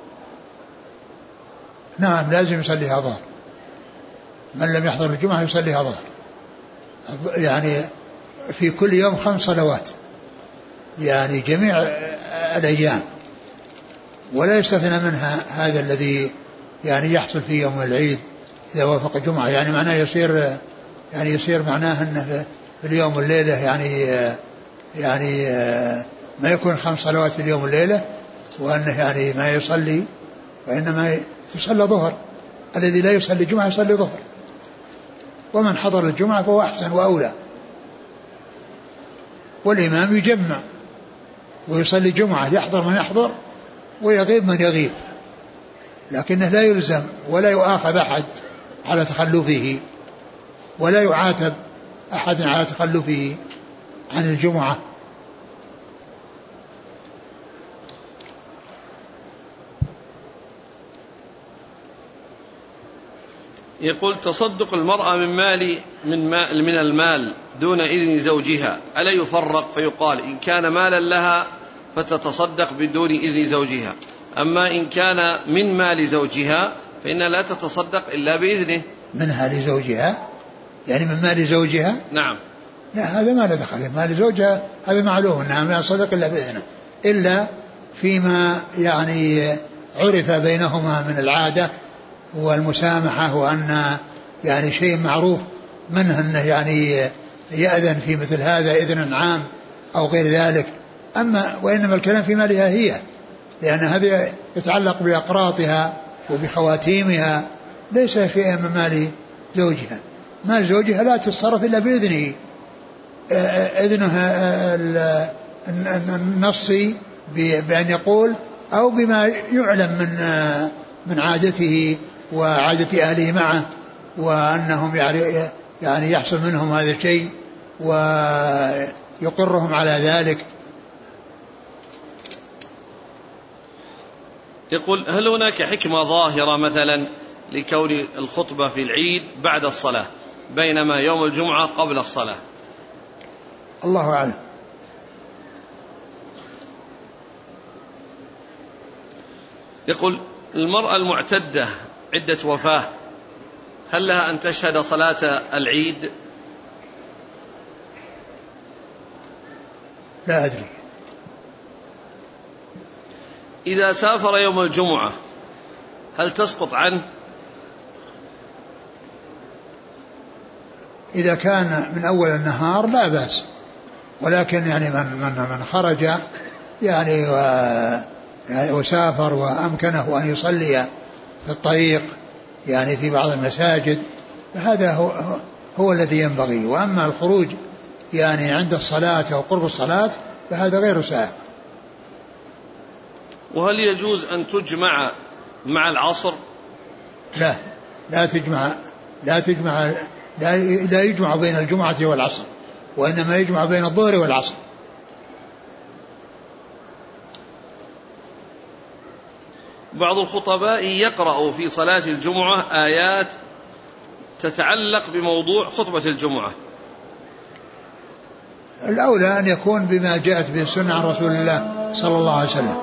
نعم، لازم يصليها ظهر. من لم يحضر الجمعة يصليها ظهر، يعني في كل يوم 5 صلوات، يعني جميع الأيام، ولا يستثنى منها هذا الذي يعني يحصل في يوم العيد إذا وافق الجمعة. يعني معناه يصير معناه أنه في اليوم والليلة يعني ما يكون 5 صلوات في اليوم والليلة، وأنه يعني ما يصلي، وإنما تصلى ظهر. الذي لا يصلي الجمعة يصلي ظهر، ومن حضر الجمعة فهو أحسن وأولى. والإمام يجمع ويصلي جمعة، يحضر من يحضر ويغيب من يغيب، لكنه لا يلزم ولا يؤاخذ أحد على تخلفه، ولا يعاتب أحد على تخلفه عن الجمعة. يقول: تصدق المرأة من المال دون إذن زوجها ألا يفرق فيقال إن كان مالا لها فتتصدق بدون إذن زوجها، أما إن كان من مال زوجها فإنها لا تتصدق إلا بإذنه؟ منها لزوجها يعني من مال زوجها؟ نعم. لا، هذا ما له دخل، مال زوجها هذا معلوم أنها لا تصدق إلا بإذنه، إلا فيما يعني عرف بينهما من العادة والمسامحة، وأن يعني شيء معروف منه أنه يعني يأذن في مثل هذا إذن عام أو غير ذلك. وإنما الكلام في مالها هي، لأن هذا يتعلق بأقراطها وبخواتيمها ليس شيئا من مال زوجها. مال زوجها لا تتصرف إلا بإذنه، إذنها النصي بأن يقول أو بما يعلم من عادته وعادة أهله معه، وأنهم يعني يحصل منهم هذا الشيء ويقرهم على ذلك. يقول: هل هناك حكمة ظاهرة مثلا لكون الخطبة في العيد بعد الصلاة بينما يوم الجمعة قبل الصلاة؟ الله أعلم. يقول: المرأة المعتدة عدة وفاة هل لها أن تشهد صلاة العيد؟ لا أدري. إذا سافر يوم الجمعة هل تسقط عنه؟ إذا كان من أول النهار لا بأس، ولكن يعني من خرج يعني وسافر وأمكنه أن يصلي في الطريق يعني في بعض المساجد فهذا هو الذي ينبغي. وأما الخروج يعني عند الصلاة أو قرب الصلاة فهذا غير سائغ. وهل يجوز أن تجمع مع العصر؟ لا يجمع بين الجمعة والعصر، وإنما يجمع بين الظهر والعصر. بعض الخطباء يقرأ في صلاة الجمعة آيات تتعلق بموضوع خطبة الجمعة. الأولى أن يكون بما جاءت به السنة عن رسول الله صلى الله عليه وسلم.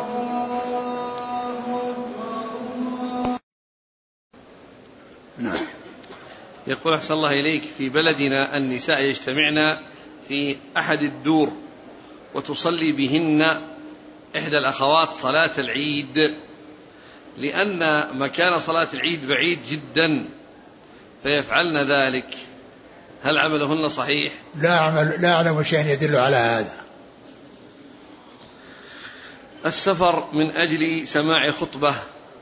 نعم. يقول: أحسن الله إليك، في بلدنا النساء يجتمعن في أحد الدور وتصلي بهن إحدى الأخوات صلاة العيد، لأن مكان صلاة العيد بعيد جدا فيفعلن ذلك، هل عملهن صحيح؟ لا أعلم شيء يدل على هذا. السفر من أجل سماع خطبة،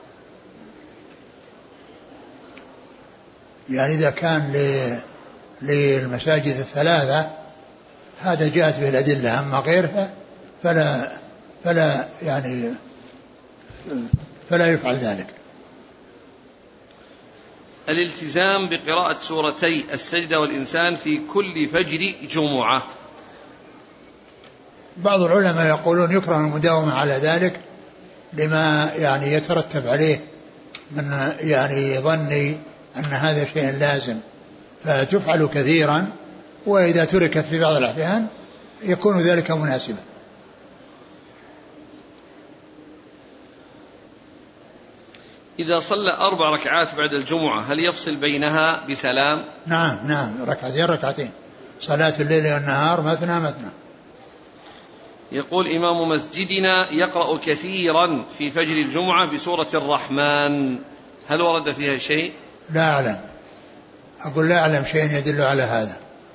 يعني إذا كان للمساجد الثلاثة هذا جاءت به الأدلة، أما غيرها فلا يفعل ذلك. الالتزام بقراءة سورتي السجدة والإنسان في كل فجر جمعة. بعض العلماء يقولون يكره المداومة على ذلك لما يعني يترتب عليه من يعني ظني أن هذا شيء لازم، فتفعل كثيرا، وإذا تركت في بعض الأحيان يكون ذلك مناسبا. إذا صلى 4 ركعات بعد الجمعة هل يفصل بينها بسلام؟ نعم، ركعتين، صلاة الليل والنهار مثنى. يقول: إمام مسجدنا يقرأ كثيرا في فجر الجمعة بسورة الرحمن، هل ورد فيها شيء؟ لا أعلم شيء يدل على هذا.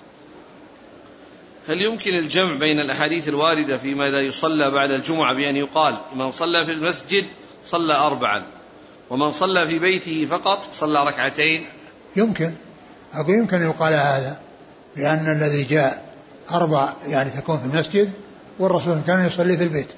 هل يمكن الجمع بين الأحاديث الواردة في ماذا يصلى بعد الجمعة بأن يقال من صلى في المسجد صلى 4، ومن صلى في بيته فقط صلى 2 ركعتين؟ يمكن يقال هذا، لأن الذي جاء 4 يعني تكون في المسجد، والرسول كان يصلي في البيت.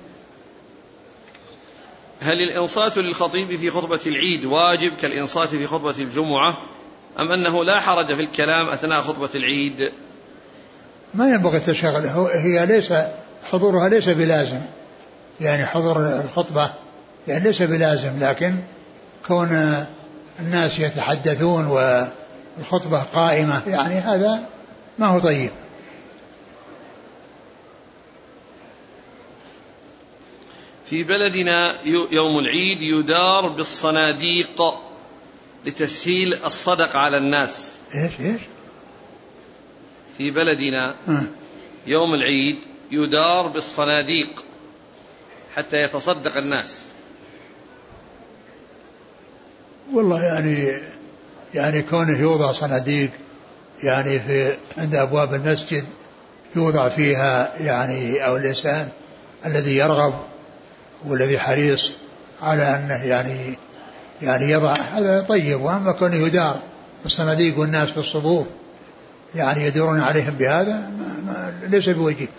هل الإنصات للخطيب في خطبة العيد واجب كالإنصات في خطبة الجمعة، أم أنه لا حرج في الكلام أثناء خطبة العيد؟ ما ينبغي التشاغل، هي حضورها ليس بلازم، يعني حضور الخطبة يعني ليس بلازم، لكن كون الناس يتحدثون والخطبة قائمة يعني هذا ما هو طيب. في بلدنا يوم العيد يدار بالصناديق لتسهيل الصدقة على الناس. إيش في بلدنا يوم العيد يدار بالصناديق حتى يتصدق الناس. والله يعني كونه يوضع صناديق يعني عند أبواب المسجد يوضع فيها يعني أو الإنسان الذي يرغب والذي حريص على أنه يعني يعني يضع هذا طيب. وأما كونه يدار في الصناديق والناس في الصفوف يعني يدورون عليهم بهذا ليس بوجه.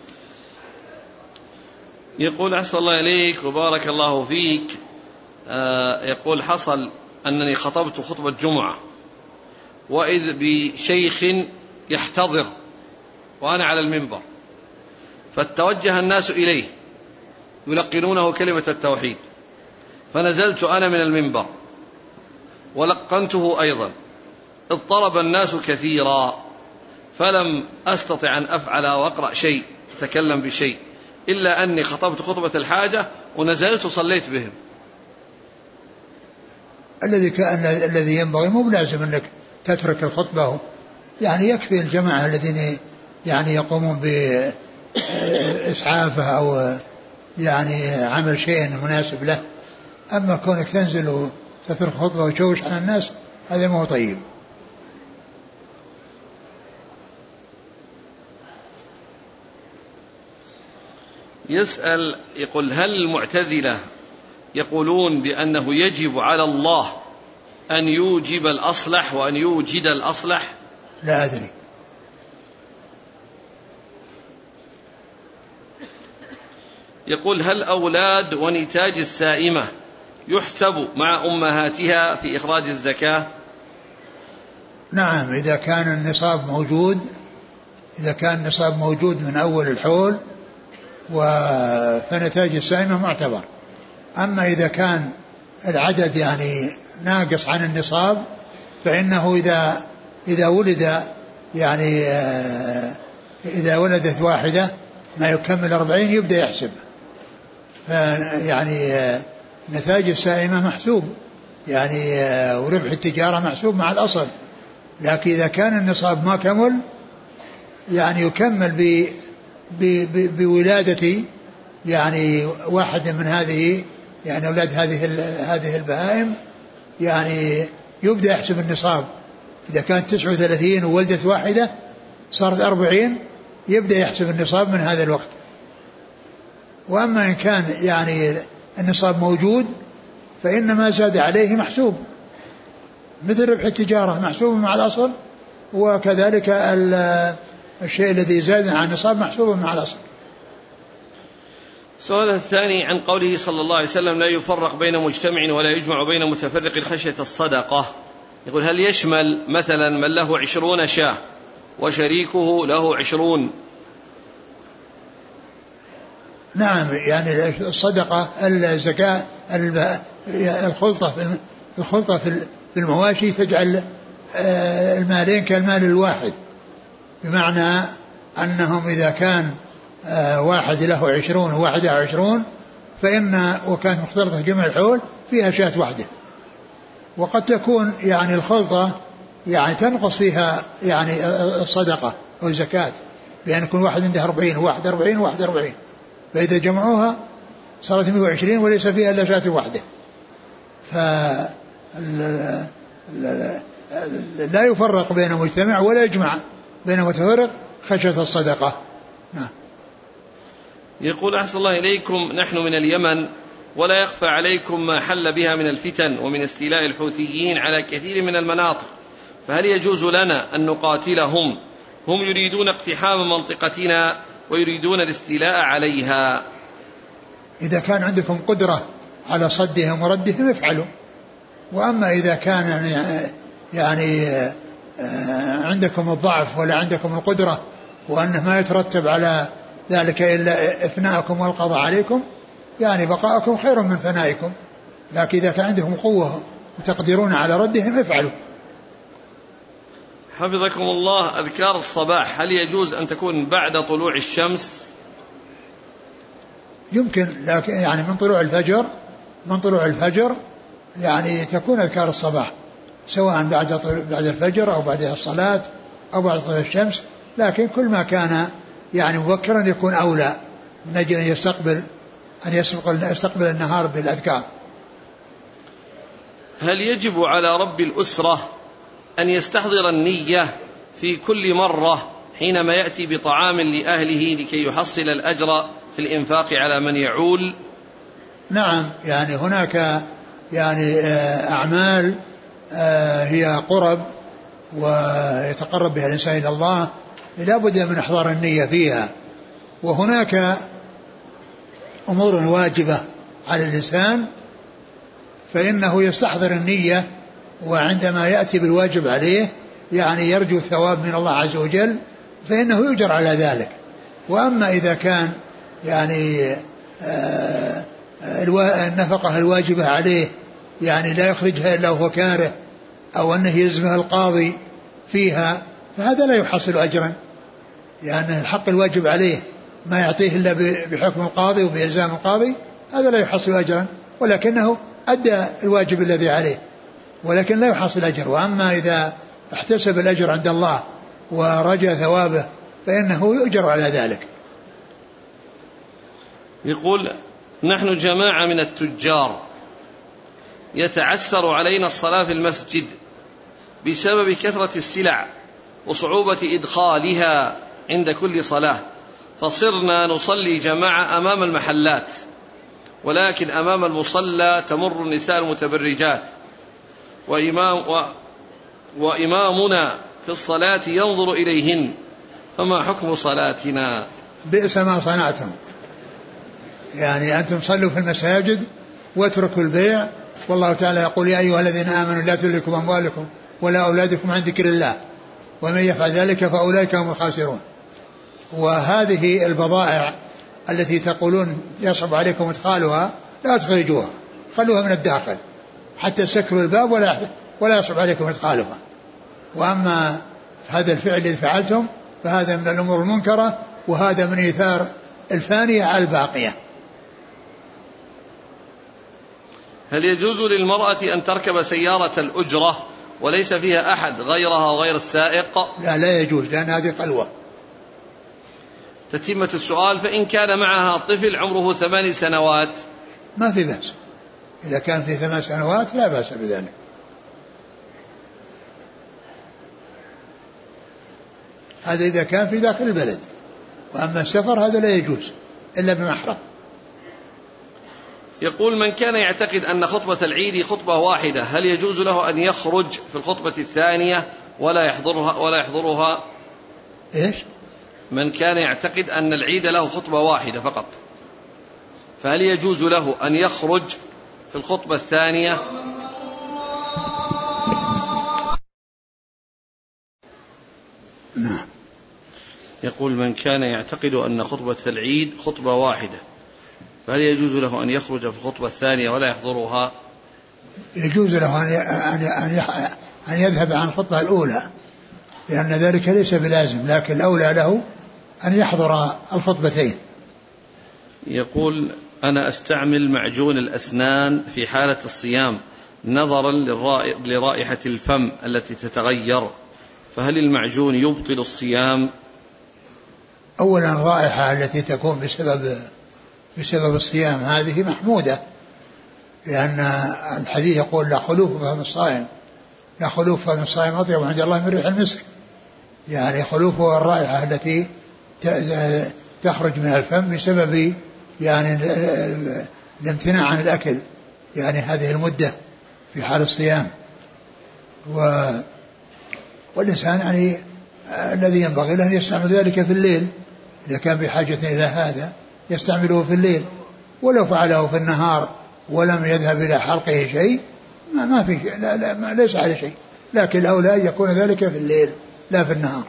يقول أحسن الله إليك وبارك الله فيك. يقول حصل أنني خطبت خطبة جمعة وإذ بشيخ يحتضر وأنا على المنبر، فتوجه الناس إليه يلقنونه كلمة التوحيد، فنزلت أنا من المنبر ولقنته أيضا، اضطرب الناس كثيرا فلم أستطع أن أفعل وأقرأ شيء أتكلم بشيء إلا أني خطبت خطبة الحاجة ونزلت وصليت بهم. الذي ينبغي مو بلازم أنك تترك الخطبة، يعني يكفي الجماعة الذين يعني يقومون بإسعافه أو يعني عمل شيء مناسب له. أما كونك تنزل وتترك خطبة وتشوش على الناس هذا مو طيب. يسأل يقول هل المعتزلة يقولون بأنه يجب على الله أن يوجب الأصلح وأن يوجد الأصلح؟ لا أدري. يقول هل أولاد ونتاج السائمة يحسب مع أمهاتها في إخراج الزكاة؟ نعم، إذا كان النصاب موجود من أول الحول فنتاج السائمة معتبر. أما إذا كان العدد يعني ناقص عن النصاب فإنه إذا ولد يعني إذا ولدت واحدة ما يكمل 40 يبدأ يحسب. يعني نتاج السائمة محسوب يعني وربح التجارة محسوب مع الأصل. لكن إذا كان النصاب ما كمل يعني يكمل بولادة يعني واحد من هذه يعني أولاد هذه البهائم يعني يبدأ يحسب النصاب. إذا كانت 39 وولدت واحدة صارت 40 يبدأ يحسب النصاب من هذا الوقت. وأما إن كان يعني النصاب موجود فإن ما زاد عليه محسوب مثل ربح التجارة محسوب مع الأصل، وكذلك الشيء الذي زاد عن النصاب محسوب مع الأصل. السؤال الثاني عن قوله صلى الله عليه وسلم لا يفرق بين مجتمع ولا يجمع بين متفرق خشية الصدقة. يقول هل يشمل مثلا من له 20 شاة وشريكه له 20؟ نعم، يعني الصدقة الزكاة الخلطة في المواشي تجعل المالين كالمال الواحد، بمعنى أنهم إذا كان واحد له 20 وواحد له 20 فإن وكان مختلطة جمع الحول فيها شاة واحدة. وقد تكون يعني الخلطة يعني تنقص فيها يعني الصدقة أو الزكاة، بأن يكون واحد عنده 40 وواحد 40 وواحد 40، فإذا جمعوها صارت 120 وليس فيها إلا شاة واحدة. لا يفرق بين مجتمع ولا يجمع بين متفرق خشية الصدقة. نعم. يقول أحسن الله إليكم نحن من اليمن ولا يخفى عليكم ما حل بها من الفتن ومن استيلاء الحوثيين على كثير من المناطق، فهل يجوز لنا أن نقاتلهم؟ هم يريدون اقتحام منطقتنا ويريدون الاستيلاء عليها. إذا كان عندكم قدرة على صدهم وردهم افعلوا. وأما إذا كان يعني عندكم الضعف ولا عندكم القدرة وأنه ما يترتب على ذلك إلا إفناءكم والقضاء عليكم، يعني بقاءكم خير من فنائكم. لكن إذا كان عندكم قوة وتقدرون على ردهم افعلوا. حفظكم الله، أذكار الصباح هل يجوز أن تكون بعد طلوع الشمس؟ يمكن، لكن يعني من طلوع الفجر يعني تكون أذكار الصباح سواء بعد الفجر أو بعد الصلاة أو بعد طلوع الشمس، لكن كل ما كان يعني مبكرا يكون أولى من أجل أن يستقبل النهار بالأذكار. هل يجب على رب الأسرة أن يستحضر النية في كل مرة حينما يأتي بطعام لأهله لكي يحصل الأجر في الإنفاق على من يعول؟ نعم، يعني هناك يعني أعمال هي قرب ويتقرب بها الإنسان إلى الله، لا بد من إحضار النية فيها. وهناك أمور واجبة على الإنسان فإنه يستحضر النية، وعندما يأتي بالواجب عليه يعني يرجو ثواب من الله عز وجل فإنه يؤجر على ذلك. وأما إذا كان يعني النفقة الواجبة عليه يعني لا يخرجها إلا وهو كاره، أو أنه يلزمه القاضي فيها، فهذا لا يحصل أجرا، لأن الحق الواجب عليه ما يعطيه إلا بحكم القاضي وبإلزام القاضي، هذا لا يحصل أجرا، ولكنه أدى الواجب الذي عليه، ولكن لا يحصل أجر. وأما إذا احتسب الأجر عند الله ورجى ثوابه فإنه يؤجر على ذلك. يقول: نحن جماعة من التجار يتعسر علينا الصلاة في المسجد بسبب كثرة السلع وصعوبة إدخالها عند كل صلاة، فصرنا نصلي جماعة أمام المحلات، ولكن أمام المصلى تمر النساء المتبرجات، وإمامنا في الصلاة ينظر إليهن، فما حكم صلاتنا؟ بئس ما صنعتم، يعني أنتم صلوا في المساجد واتركوا البيع، والله تعالى يقول: يا أيها الذين آمنوا لا تلهكم أموالكم ولا أولادكم عن ذكر الله ومن يفعل ذلك فأولئك هم الخاسرون. وهذه البضائع التي تقولون يصعب عليكم إدخالها لا تخرجوها، خلوها من الداخل حتى تسكروا الباب ولا يصعب عليكم إدخالها. وأما هذا الفعل الذي فعلتم فهذا من الأمور المنكرة، وهذا من إيثار الفانية على الباقية. هل يجوز للمرأة أن تركب سيارة الأجرة وليس فيها أحد غيرها وغير السائق؟ لا يجوز، لأن هذه قلوة. تتمة السؤال: فإن كان معها طفل عمره 8 سنوات؟ ما في بأس، إذا كان في 8 سنوات لا بأس بذلك. هذا إذا كان في داخل البلد، وأما السفر هذا لا يجوز إلا بمحرم. يقول: من كان يعتقد أن خطبة العيد خطبة واحدة هل يجوز له أن يخرج في الخطبة الثانية ولا يحضرها؟ إيش؟ من كان يعتقد أن العيد له خطبة واحدة فقط، فهل يجوز له أن يخرج في الخطبة الثانية؟ نعم. يقول: من كان يعتقد أن خطبة العيد خطبة واحدة فهل يجوز له أن يخرج في الخطبة الثانية ولا يحضرها؟ يجوز له أن يذهب عن الخطبة الأولى، لأن ذلك ليس بلازم، لكن الأولى له أن يحضر الخطبتين. يقول: أنا أستعمل معجون الأسنان في حالة الصيام نظرا لرائحة الفم التي تتغير، فهل المعجون يبطل الصيام؟ أولا الرائحة التي تكون بسبب الصيام هذه محمودة، لأن الحديث يقول: لا خلوف فم الصائم أطيب عند الله من ريح المسك، يعني خلوفه الرائحة التي تخرج من الفم بسبب يعني الامتناع عن الأكل، يعني هذه المدة في حال الصيام. والإنسان يعني الذي ينبغي له أن يستعمل ذلك في الليل، إذا كان بحاجة إلى هذا يستعمله في الليل، ولو فعله في النهار ولم يذهب إلى حلقه شيء ما في شيء، لا ليس عليه شيء، لكن الأولى أن يكون ذلك في الليل لا في النهار.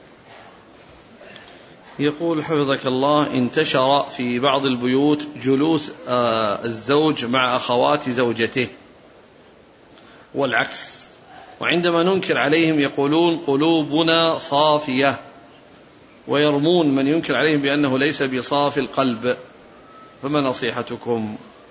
يقول: حفظك الله، انتشر في بعض البيوت جلوس الزوج مع أخوات زوجته والعكس، وعندما ننكر عليهم يقولون قلوبنا صافية، ويرمون من ينكر عليهم بأنه ليس بصافي القلب، فما نصيحتكم؟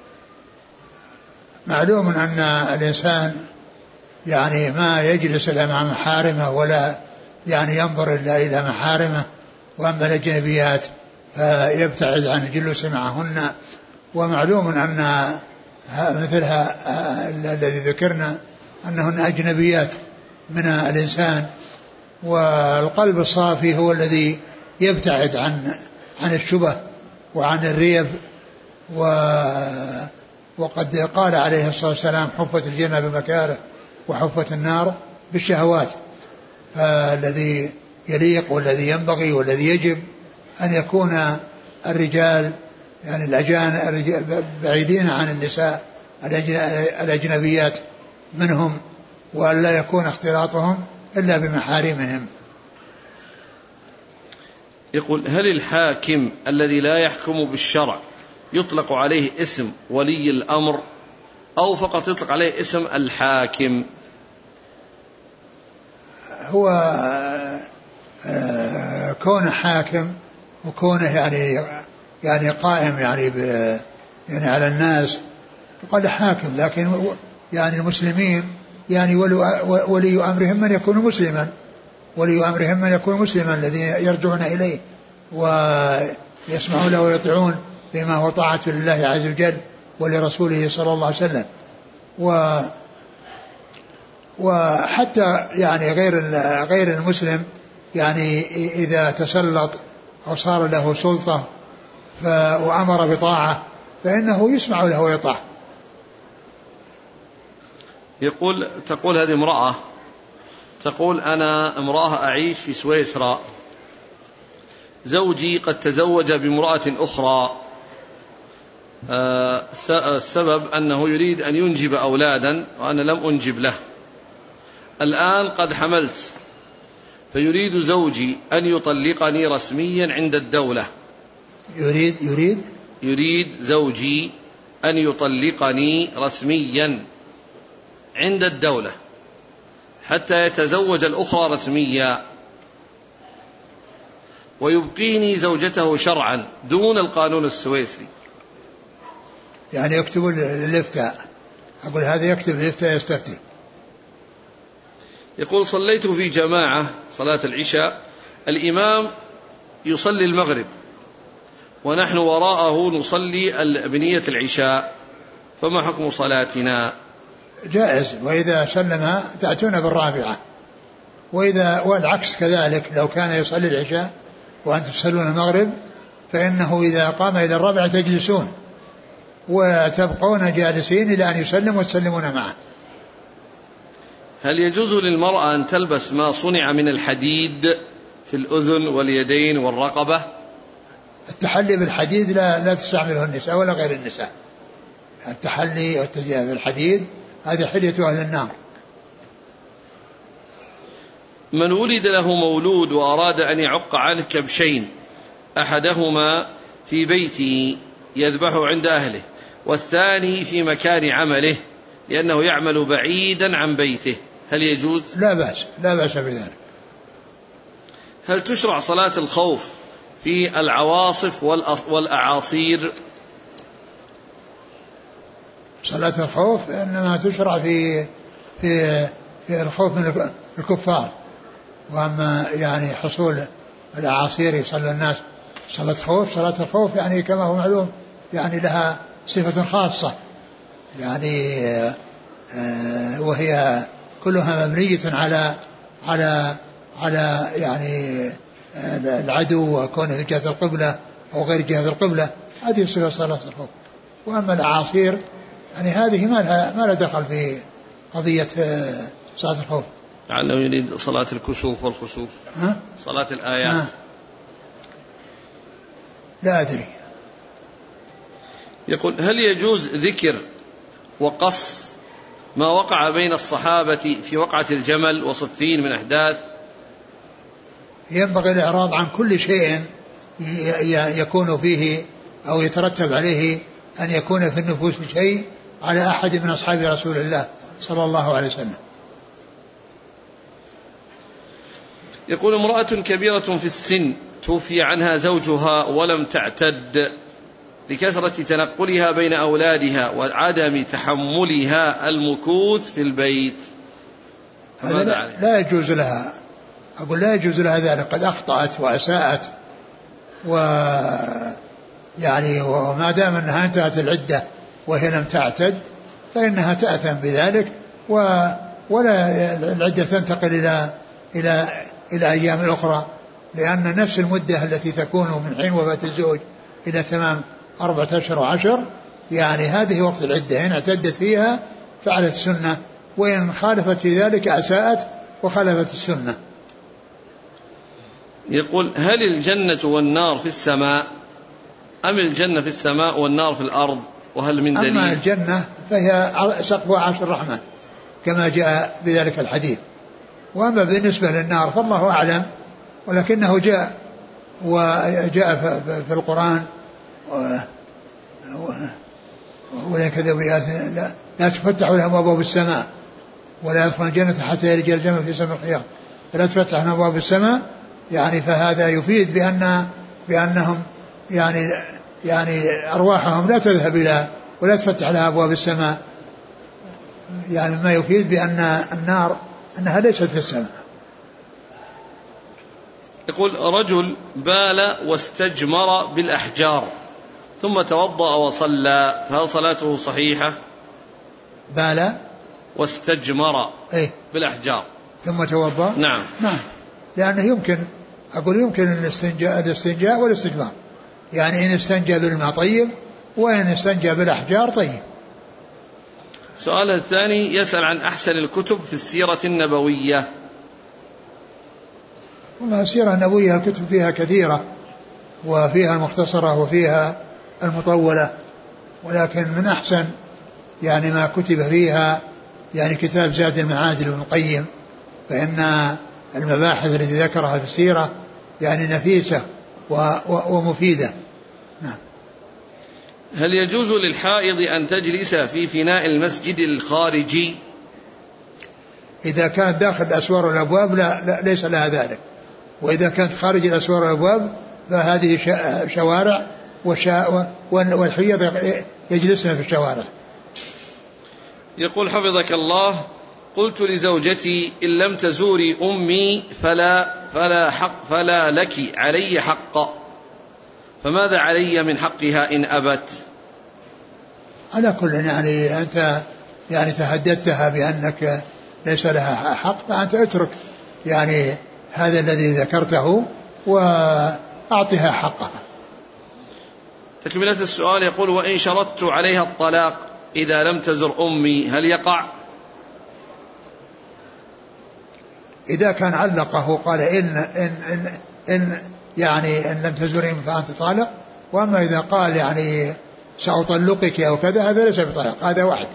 معلوم أن الإنسان يعني ما يجلس إلا مع محارمه ولا يعني ينظر إلا إلى محارمه، وأما الأجنبيات فيبتعد عن الجلوس معهن. ومعلوم أن مثلها الذي ذكرنا أنهن أجنبيات من الإنسان، والقلب الصافي هو الذي يبتعد عن الشبه وعن الريب وقد قال عليه الصلاة والسلام حفت الجنة بمكاره وحفت النار بالشهوات. فالذي يليق والذي ينبغي والذي يجب أن يكون الرجال يعني الأجانب بعيدين عن النساء الأجنبيات منهم، وأن لا يكون اختلاطهم إلا بمحارمهم. يقول: هل الحاكم الذي لا يحكم بالشرع يطلق عليه اسم ولي الأمر أو فقط يطلق عليه اسم الحاكم؟ هو كونه حاكم وكونه يعني قائم يعني على الناس يقال حاكم، لكن يعني المسلمين يعني ولي أمرهم من يكون مسلما، ولي أمرهم من يكون مسلما الذي يرجعون إليه ويسمعون له ويطيعون بما هو طاعة لله عز وجل ولرسوله صلى الله عليه وسلم. وحتى يعني غير المسلم يعني إذا تسلط أو صار له سلطة وأمر بطاعة فإنه يسمع له ويطاع. تقول هذه امرأة تقول: أنا امرأة أعيش في سويسرا، زوجي قد تزوج بامرأة أخرى، السبب أنه يريد أن ينجب أولادا وأنا لم أنجب له، الآن قد حملت، فيريد زوجي أن يطلقني رسميا عند الدولة. يريد زوجي أن يطلقني رسميا عند الدولة حتى يتزوج الأخرى رسميا ويبقيني زوجته شرعا دون القانون السويسري. يعني يكتب الإفتاء، أقول هذا يكتب الإفتاء يستفتي. يقول: صليت في جماعة صلاة العشاء، الإمام يصلي المغرب ونحن وراءه نصلي بنية العشاء، فما حكم صلاتنا؟ جائز، وإذا سلم تأتون بالرابعة، والعكس كذلك، لو كان يصلي العشاء وأنتم تصلون المغرب فإنه إذا قام إلى الرابعة تجلسون وتبقون جالسين إلى أن يسلم وتسلمون معه. هل يجوز للمرأة أن تلبس ما صنع من الحديد في الأذن واليدين والرقبة؟ التحلي بالحديد لا تستعمله النساء ولا غير النساء. التحلي والتزيين بالحديد هذه حلية أهل النار. من ولد له مولود وأراد أن يعق عنه كبشين، أحدهما في بيته يذبحه عند أهله والثاني في مكان عمله لأنه يعمل بعيدا عن بيته، هل يجوز؟ لا بأس بذلك. هل تشرع صلاة الخوف في العواصف والأعاصير؟ صلاة الخوف إنما تشرع في الخوف من الكفار، وأما يعني حصول الأعاصير يصلي الناس صلاة الخوف يعني كما هو معلوم يعني لها صفة خاصة، يعني وهي كلها مبنية على يعني العدو وكونه في جهة القبلة أو غير جهة القبلة، هذه صفة صلاة الخوف. وأما الأعاصير يعني هذه ما لها دخل في قضية صلاة الخوف. لعله يريد صلاة الكسوف والخسوف، صلاة الآيات. لا أدري. يقول: هل يجوز ذكر وقص ما وقع بين الصحابة في وقعة الجمل وصفين من أحداث؟ ينبغي الإعراض عن كل شيء يكون فيه أو يترتب عليه أن يكون في النفوس شيء على أحد من أصحاب رسول الله صلى الله عليه وسلم. يقول: امرأة كبيرة في السن توفي عنها زوجها ولم تعتد لكثرة تنقلها بين أولادها وعدم تحملها المكوث في البيت، لا يجوز لها، أقول لا يجوز لها ذلك، قد أخطأت وأساءت يعني وما دام أنها انتهت العدة وهي لم تعتد فإنها تأثم بذلك، ولا العدة تنتقل إلى أيام أخرى، لأن نفس المدة التي تكون من حين وفاة الزوج إلى تمام 14 و10 يعني هذه وقت العدة، إن اعتدت فيها فعلت السنة، وإن خالفت في ذلك أساءت وخالفت السنة. يقول: هل الجنة والنار في السماء أم الجنة في السماء والنار في الأرض؟ وهل من دليل؟ أما الجنة فهي سقفها عرش الرحمن كما جاء بذلك الحديث، وأما بالنسبة للنار فالله أعلم، ولكنه وجاء في القرآن ولا كذب لا تفتح لهم أبواب السماء ولا يدخل الجنة حتى يلج الجمل في سم الخياط، فلا تفتح لهم أبواب السماء، يعني فهذا يفيد بأنهم يعني أرواحهم لا تذهب إلى ولا تفتح لها أبواب السماء، يعني ما يفيد بأن النار أنها ليست في السماء. يقول: رجل بال واستجمر بالأحجار ثم توضأ وصلى، فهل صلاته صحيحة؟ بال واستجمر بالأحجار ثم توضأ؟ نعم. لأنه يمكن الاستنجاء والاستجمار، يعني إن استنجى بالماء طيب، وإن استنجى بالأحجار طيب. سؤال الثاني يسأل عن أحسن الكتب في السيرة النبوية. والله السيرة النبوية الكتب فيها كثيرة، وفيها المختصرة وفيها المطولة، ولكن من أحسن يعني ما كتب فيها يعني كتاب زاد المعاد لابن القيم، فإن المباحث التي ذكرها في السيرة يعني نفيسة ومفيدة. نعم. هل يجوز للحائض أن تجلس في فناء المسجد الخارجي؟ إذا كانت داخل الأسوار والأبواب لا ليس لها ذلك، وإذا كانت خارج الأسوار والأبواب فهذه شوارع والحيض يجلسن في الشوارع. يقول: حفظك الله، قلت لزوجتي: إن لم تزوري أمي فلا لك علي حق، فماذا علي من حقها إن أبت؟ على كل يعني أنت يعني تهددتها بأنك ليس لها حق، فأنت اترك يعني هذا الذي ذكرته وأعطها حقها. تكملة السؤال يقول: وإن شرطت عليها الطلاق إذا لم تزر أمي هل يقع؟ إذا كان علقه قال إن يعني إن لم تزر أمي فأنت طالق، وأما إذا قال يعني سأطلقك أو كذا هذا ليس بطلاق، هذا واحد.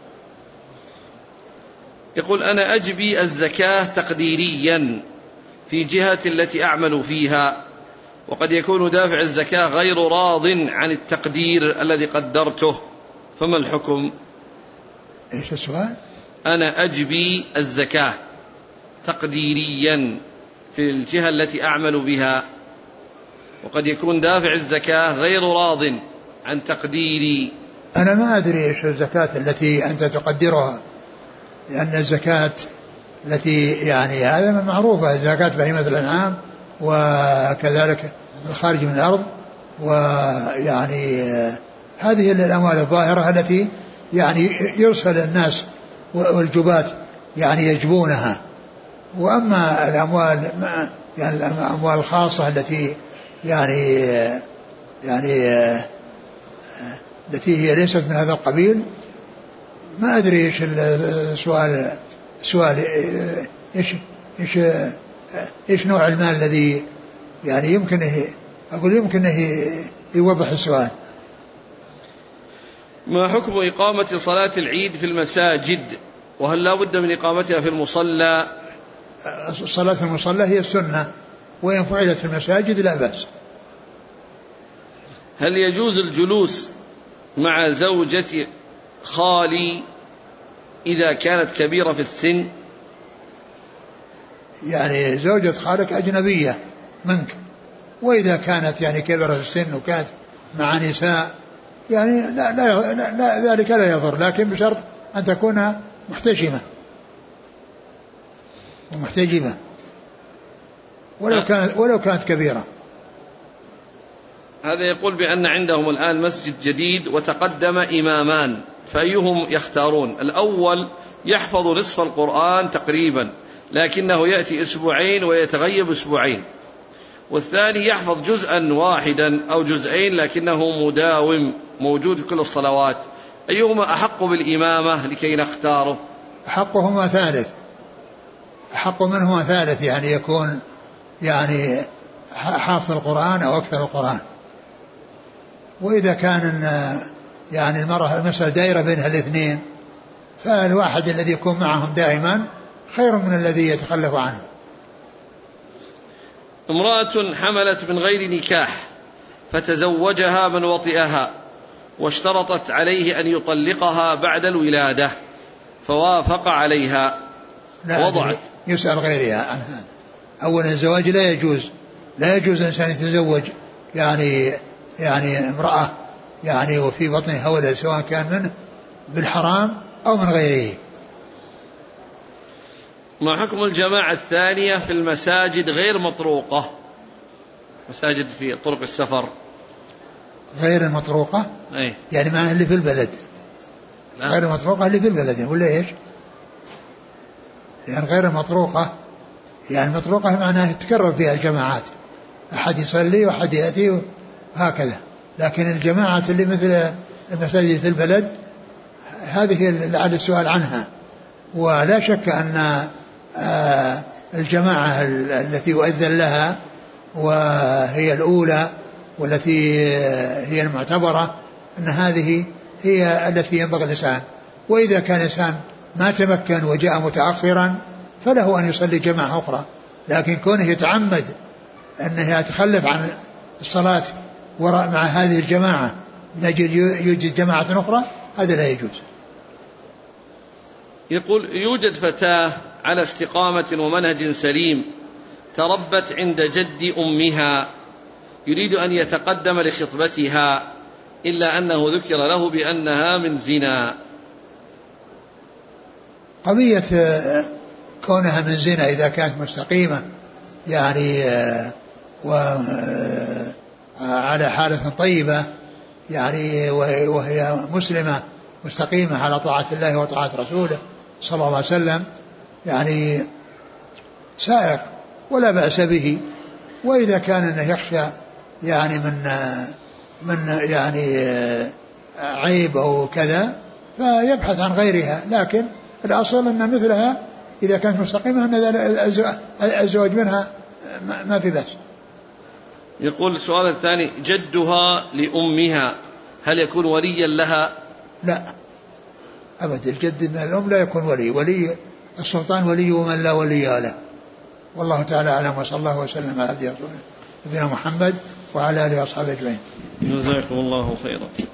يقول: أنا أجبي الزكاة تقديريا في جهة التي أعمل فيها، وقد يكون دافع الزكاة غير راض عن التقدير الذي قدرته، فما الحكم؟ إيش السؤال؟ أنا أجبي الزكاة تقديريا في الجهة التي أعمل بها، وقد يكون دافع الزكاة غير راض عن تقديري. أنا ما أدري إيش الزكاة التي أنت تقدرها، لأن الزكاة التي يعني هذا من معروفة، زكاة بهيمة الأنعام وكذلك الخارج من الأرض، ويعني هذه الأموال الظاهرة التي يعني يرسل الناس والجبات يعني يجبونها. وأما الأموال يعني الأموال الخاصة التي يعني التي هي ليست من هذا القبيل، ما أدري إيش السؤال إيش نوع المال الذي يعني يمكن يوضح السؤال. ما حكم إقامة صلاة العيد في المساجد، وهل لا بد من إقامتها في المصلى؟ الصلاة في المصلى هي السنة، وإن فعلت في المساجد لا بأس. هل يجوز الجلوس مع زوجة خالي إذا كانت كبيرة في السن؟ يعني زوجة خالك أجنبية منك، وإذا كانت يعني كبيرة في السن وكانت مع نساء يعني لا ذلك لا يضر، لكن بشرط أن تكون محتجمة ولو كانت كبيرة. هذا يقول بأن عندهم الآن مسجد جديد وتقدم إمامان، فأيهم يختارون؟ الأول يحفظ نصف القرآن تقريبا، لكنه يأتي أسبوعين ويتغيب أسبوعين، والثاني يحفظ جزءا واحدا أو جزئين لكنه مداوم موجود في كل الصلوات، أيهما أحق بالإمامة لكي نختاره؟ أحقهما ثالث، أحق منهما ثالث، يعني يكون يعني حافظ القرآن أو أكثر القرآن. وإذا كان يعني المرأة المسألة دائرة بينها الاثنين، فالواحد الذي يكون معهم دائما خير من الذي يتخلف عنه. امرأة حملت من غير نكاح فتزوجها من وطئها واشترطت عليه أن يطلقها بعد الولادة فوافق عليها وضعت. يسأل غيرها عن هذا. أولا الزواج لا يجوز إنسان يتزوج يعني امرأة يعني وفي بطنها ولد، سواء كان منه بالحرام أو من غيره. ما حكم الجماعة الثانية في المساجد غير مطروقة، مساجد في طرق السفر؟ غير المطروقة أي. يعني معنى اللي في البلد. لا. غير المطروقة اللي في البلد ولا إيش؟ يعني غير المطروقة يعني المطروقة معناها تتكرر فيها الجماعات، أحد يصلي وأحد يأتي وهكذا. لكن الجماعة اللي مثل المساجد في البلد هذه لعل السؤال عنها. ولا شك أن الجماعة التي يؤذن لها وهي الأولى والتي هي المعتبرة أن هذه هي التي ينبغي الإنسان. وإذا كان الإنسان ما تمكن وجاء متأخرا فله أن يصلي جماعة أخرى، لكن كونه يتعمد أنه يتخلف عن الصلاة وراء مع هذه الجماعة من أجل يوجد جماعة أخرى هذا لا يجوز. يقول يوجد فتاة على استقامة ومنهج سليم تربت عند جد أمها يريد أن يتقدم لخطبتها إلا أنه ذكر له بأنها من زنا. قضية كونها من زنا إذا كانت مستقيمة يعني وعلى حالة طيبة يعني وهي مسلمة مستقيمة على طاعة الله وطاعة رسوله صلى الله عليه وسلم يعني سائق ولا بأس به. وإذا كان أنه يخشى يعني من يعني عيب أو كذا فيبحث عن غيرها، لكن الأصل أن مثلها إذا كانت مستقيمة أن الزواج منها ما في بأس. يقول السؤال الثاني جدها لأمها هل يكون وليا لها؟ لا أبدا، الجد من الأم لا يكون ولي السلطان ولي ومن لا ولي له. والله تعالى أعلم، وصلى الله وسلم على نبينا محمد وعلى آله وأصحابه أجمعين. جزاكم الله خيرا.